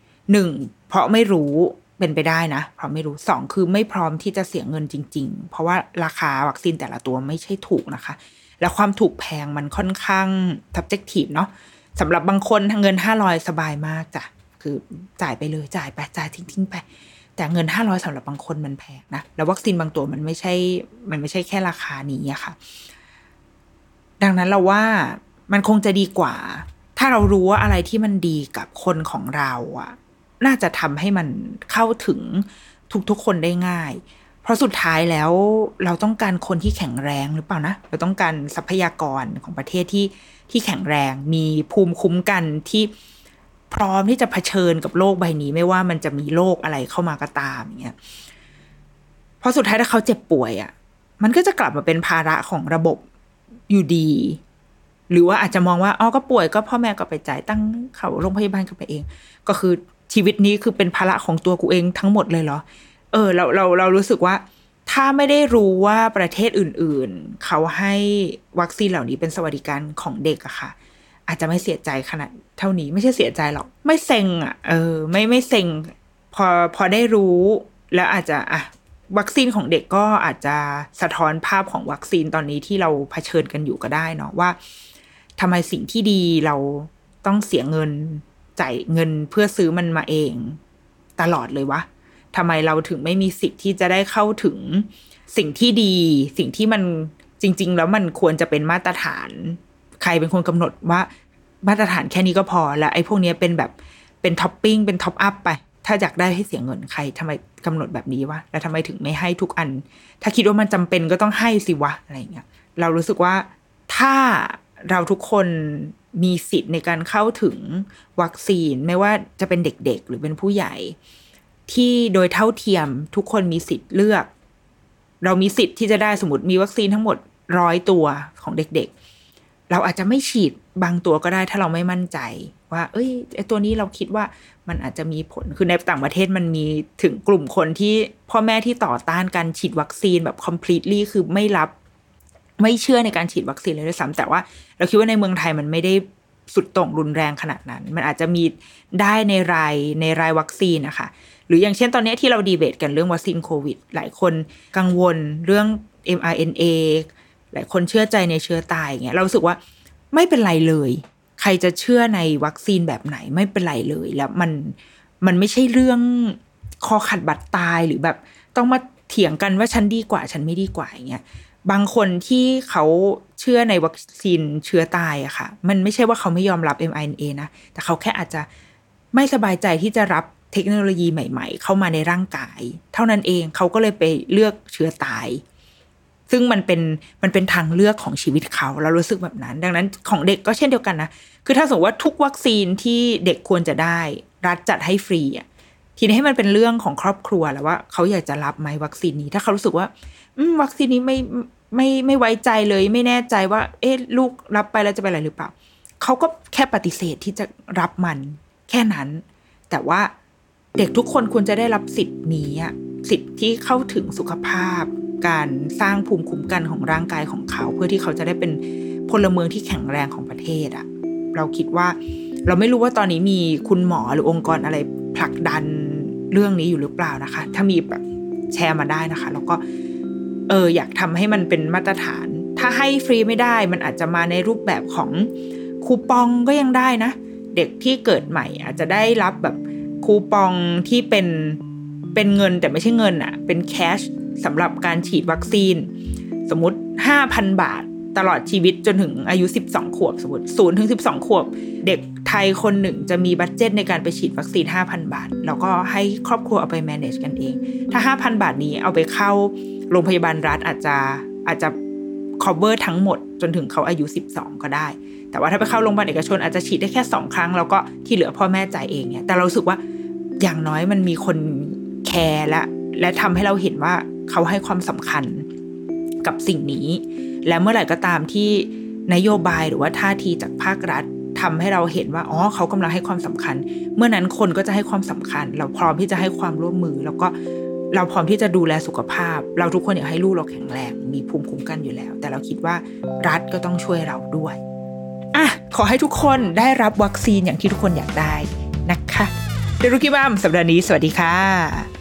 1เพราะไม่รู้เป็นไปได้นะเพราะไม่รู้2คือไม่พร้อมที่จะเสียเงินจริงๆเพราะว่าราคาวัคซีนแต่ละตัวไม่ใช่ถูกนะคะแล้วความถูกแพงมันค่อนข้าง subjective เนาะสำหรับบางคนเงิน500สบายมากจ้ะคือจ่ายไปเลยจ่ายทิ้งไปแต่เงิน500สำหรับบางคนมันแพงนะแล้ววัคซีนบางตัวมันไม่ใช่แค่ราคานี้อะค่ะดังนั้นเราว่ามันคงจะดีกว่าถ้าเรารู้ว่าอะไรที่มันดีกับคนของเราอะน่าจะทำให้มันเข้าถึงทุกคนได้ง่ายเพราะสุดท้ายแล้วเราต้องการคนที่แข็งแรงหรือเปล่านะเราต้องการทรัพยากรของประเทศที่แข็งแรงมีภูมิคุ้มกันที่พร้อมที่จะเผชิญกับโลกใบนี้ไม่ว่ามันจะมีโรคอะไรเข้ามาก็ตามอย่างเงี้ยเพราะสุดท้ายถ้าเขาเจ็บป่วยอะมันก็จะกลับมาเป็นภาระของระบบอยู่ดีหรือว่าอาจจะมองว่าก็ป่วยก็พ่อแม่ก็ไปจ่ายตั้งเขาโรงพยาบาลกันไปเองก็คือชีวิตนี้คือเป็นภาระของตัวกูเองทั้งหมดเลยเหรอเรารู้สึกว่าถ้าไม่ได้รู้ว่าประเทศอื่นๆเขาให้วัคซีนเหล่านี้เป็นสวัสดิการของเด็กอะค่ะอาจจะไม่เสียใจขนาดเท่านี้ไม่ใช่เสียใจหรอกไม่เซ็งอะไม่เซ็งพอได้รู้แล้วอาจจะวัคซีนของเด็กก็อาจจะสะท้อนภาพของวัคซีนตอนนี้ที่เราเผชิญกันอยู่ก็ได้เนาะว่าทำไมสิ่งที่ดีเราต้องเสียเงินจ่ายเงินเพื่อซื้อมันมาเองตลอดเลยวะทำไมเราถึงไม่มีสิทธิ์ที่จะได้เข้าถึงสิ่งที่ดีสิ่งที่มันจริงๆแล้วมันควรจะเป็นมาตรฐานใครเป็นคนกำหนดว่ามาตรฐานแค่นี้ก็พอแล้วไอ้พวกนี้เป็นแบบเป็นท็อปปิ้งเป็นท็อปอัพไปถ้าอยากได้ให้เสียเงินใครทำไมกำหนดแบบนี้วะแล้วทำไมถึงไม่ให้ทุกอันถ้าคิดว่ามันจำเป็นก็ต้องให้สิวะอะไรเงี้ยเรารู้สึกว่าถ้าเราทุกคนมีสิทธิ์ในการเข้าถึงวัคซีนไม่ว่าจะเป็นเด็กๆหรือเป็นผู้ใหญ่ที่โดยเท่าเทียมทุกคนมีสิทธิ์เลือกเรามีสิทธิ์ที่จะได้สมมติมีวัคซีนทั้งหมด100 ตัวของเด็กๆเราอาจจะไม่ฉีดบางตัวก็ได้ถ้าเราไม่มั่นใจว่าไอ้ตัวนี้เราคิดว่ามันอาจจะมีผลคือในต่างประเทศมันมีถึงกลุ่มคนที่พ่อแม่ที่ต่อต้านการฉีดวัคซีนแบบ completely คือไม่เชื่อในการฉีดวัคซีนเลยด้วยซ้ำแต่ว่าเราคิดว่าในเมืองไทยมันไม่ได้สุดโต่งรุนแรงขนาดนั้นมันอาจจะมีได้ในรายวัคซีนนะคะหรืออย่างเช่นตอนนี้ที่เราดีเบตกันเรื่องวัคซีนโควิดหลายคนกังวลเรื่อง mRNA หลายคนเชื่อใจในเชื้อตายอย่างเงี้ยเรารู้สึกว่าไม่เป็นไรเลยใครจะเชื่อในวัคซีนแบบไหนไม่เป็นไรเลยแล้วมันไม่ใช่เรื่องคอขัดบัตรตายหรือแบบต้องมาเถียงกันว่าฉันดีกว่าฉันไม่ดีกว่าอย่างเงี้ยบางคนที่เขาเชื่อในวัคซีนเชื้อตายอะค่ะมันไม่ใช่ว่าเขาไม่ยอมรับ mRNA นะแต่เขาแค่อาจจะไม่สบายใจที่จะรับเทคโนโลยีใหม่ๆเข้ามาในร่างกายเท่านั้นเองเขาก็เลยไปเลือกเชื้อตายซึ่งมันเป็นทางเลือกของชีวิตเขาเรารู้สึกแบบนั้นดังนั้นของเด็กก็เช่นเดียวกันนะคือถ้าสมมติว่าทุกวัคซีนที่เด็กควรจะได้รัฐจัดให้ฟรีอ่ะทีนี้ให้มันเป็นเรื่องของครอบครัวแล้วว่าเขาอยากจะรับไหมวัคซีนนี้ถ้าเขารู้สึกว่าวัคซีนนี้ไม่ไว้ใจเลยไม่แน่ใจว่าลูกรับไปแล้วจะเป็นอะไรหรือเปล่าเขาก็แค่ปฏิเสธที่จะรับมันแค่นั้นแต่ว่าเด็กทุกคนควรจะได้รับสิทธิ์นี้สิทธิ์ที่เข้าถึงสุขภาพการสร้างภูมิคุ้มกันของร่างกายของเขาเพื่อที่เขาจะได้เป็นพลเมืองที่แข็งแรงของประเทศเราคิดว่าเราไม่รู้ว่าตอนนี้มีคุณหมอหรือองค์กรอะไรผลักดันเรื่องนี้อยู่หรือเปล่านะคะถ้ามีแบบแชร์มาได้นะคะแล้วก็อยากทำให้มันเป็นมาตรฐานถ้าให้ฟรีไม่ได้มันอาจจะมาในรูปแบบของคูปองก็ยังได้นะเด็กที่เกิดใหม่อาจจะได้รับแบบคูปองที่เป็นเงินแต่ไม่ใช่เงินเป็นแคชสำหรับการฉีดวัคซีนสมมุติ 5,000 บาทตลอดชีวิตจนถึงอายุ12ขวบสมมุติ0ถึง12ขวบเด็กไทยคนหนึ่งจะมีบัดเจ็ตในการไปฉีดวัคซีน 5,000 บาทแล้วก็ให้ครอบครัวเอาไป manage กันเองถ้า 5,000 บาทนี้เอาไปเข้าโรงพยาบาลรัฐอาจจะ cover ทั้งหมดจนถึงเขาอายุ12ก็ได้แต่ว่าถ้าไปเข้าโรงพยาบาลเอกชนอาจจะฉีดได้แค่2ครั้งแล้วก็ที่เหลือพ่อแม่จ่ายเองเนี่ยแต่เรารู้สึกว่าอย่างน้อยมันมีคนแคร์และทำให้เราเห็นว่าเขาให้ความสำคัญกับสิ่งนี้และเมื่อไหร่ก็ตามที่นโยบายหรือว่าท่าทีจากภาครัฐทำให้เราเห็นว่าเขากำลังให้ความสำคัญเมื่อนั้นคนก็จะให้ความสำคัญเราพร้อมที่จะให้ความร่วมมือแล้วก็เราพร้อมที่จะดูแลสุขภาพเราทุกคนอยากให้ลูกเราแข็งแรงมีภูมิคุ้มกันอยู่แล้วแต่เราคิดว่ารัฐก็ต้องช่วยเราด้วยขอให้ทุกคนได้รับวัคซีนอย่างที่ทุกคนอยากได้นะคะเดรุกี้มัมสัปดาห์นี้สวัสดีค่ะ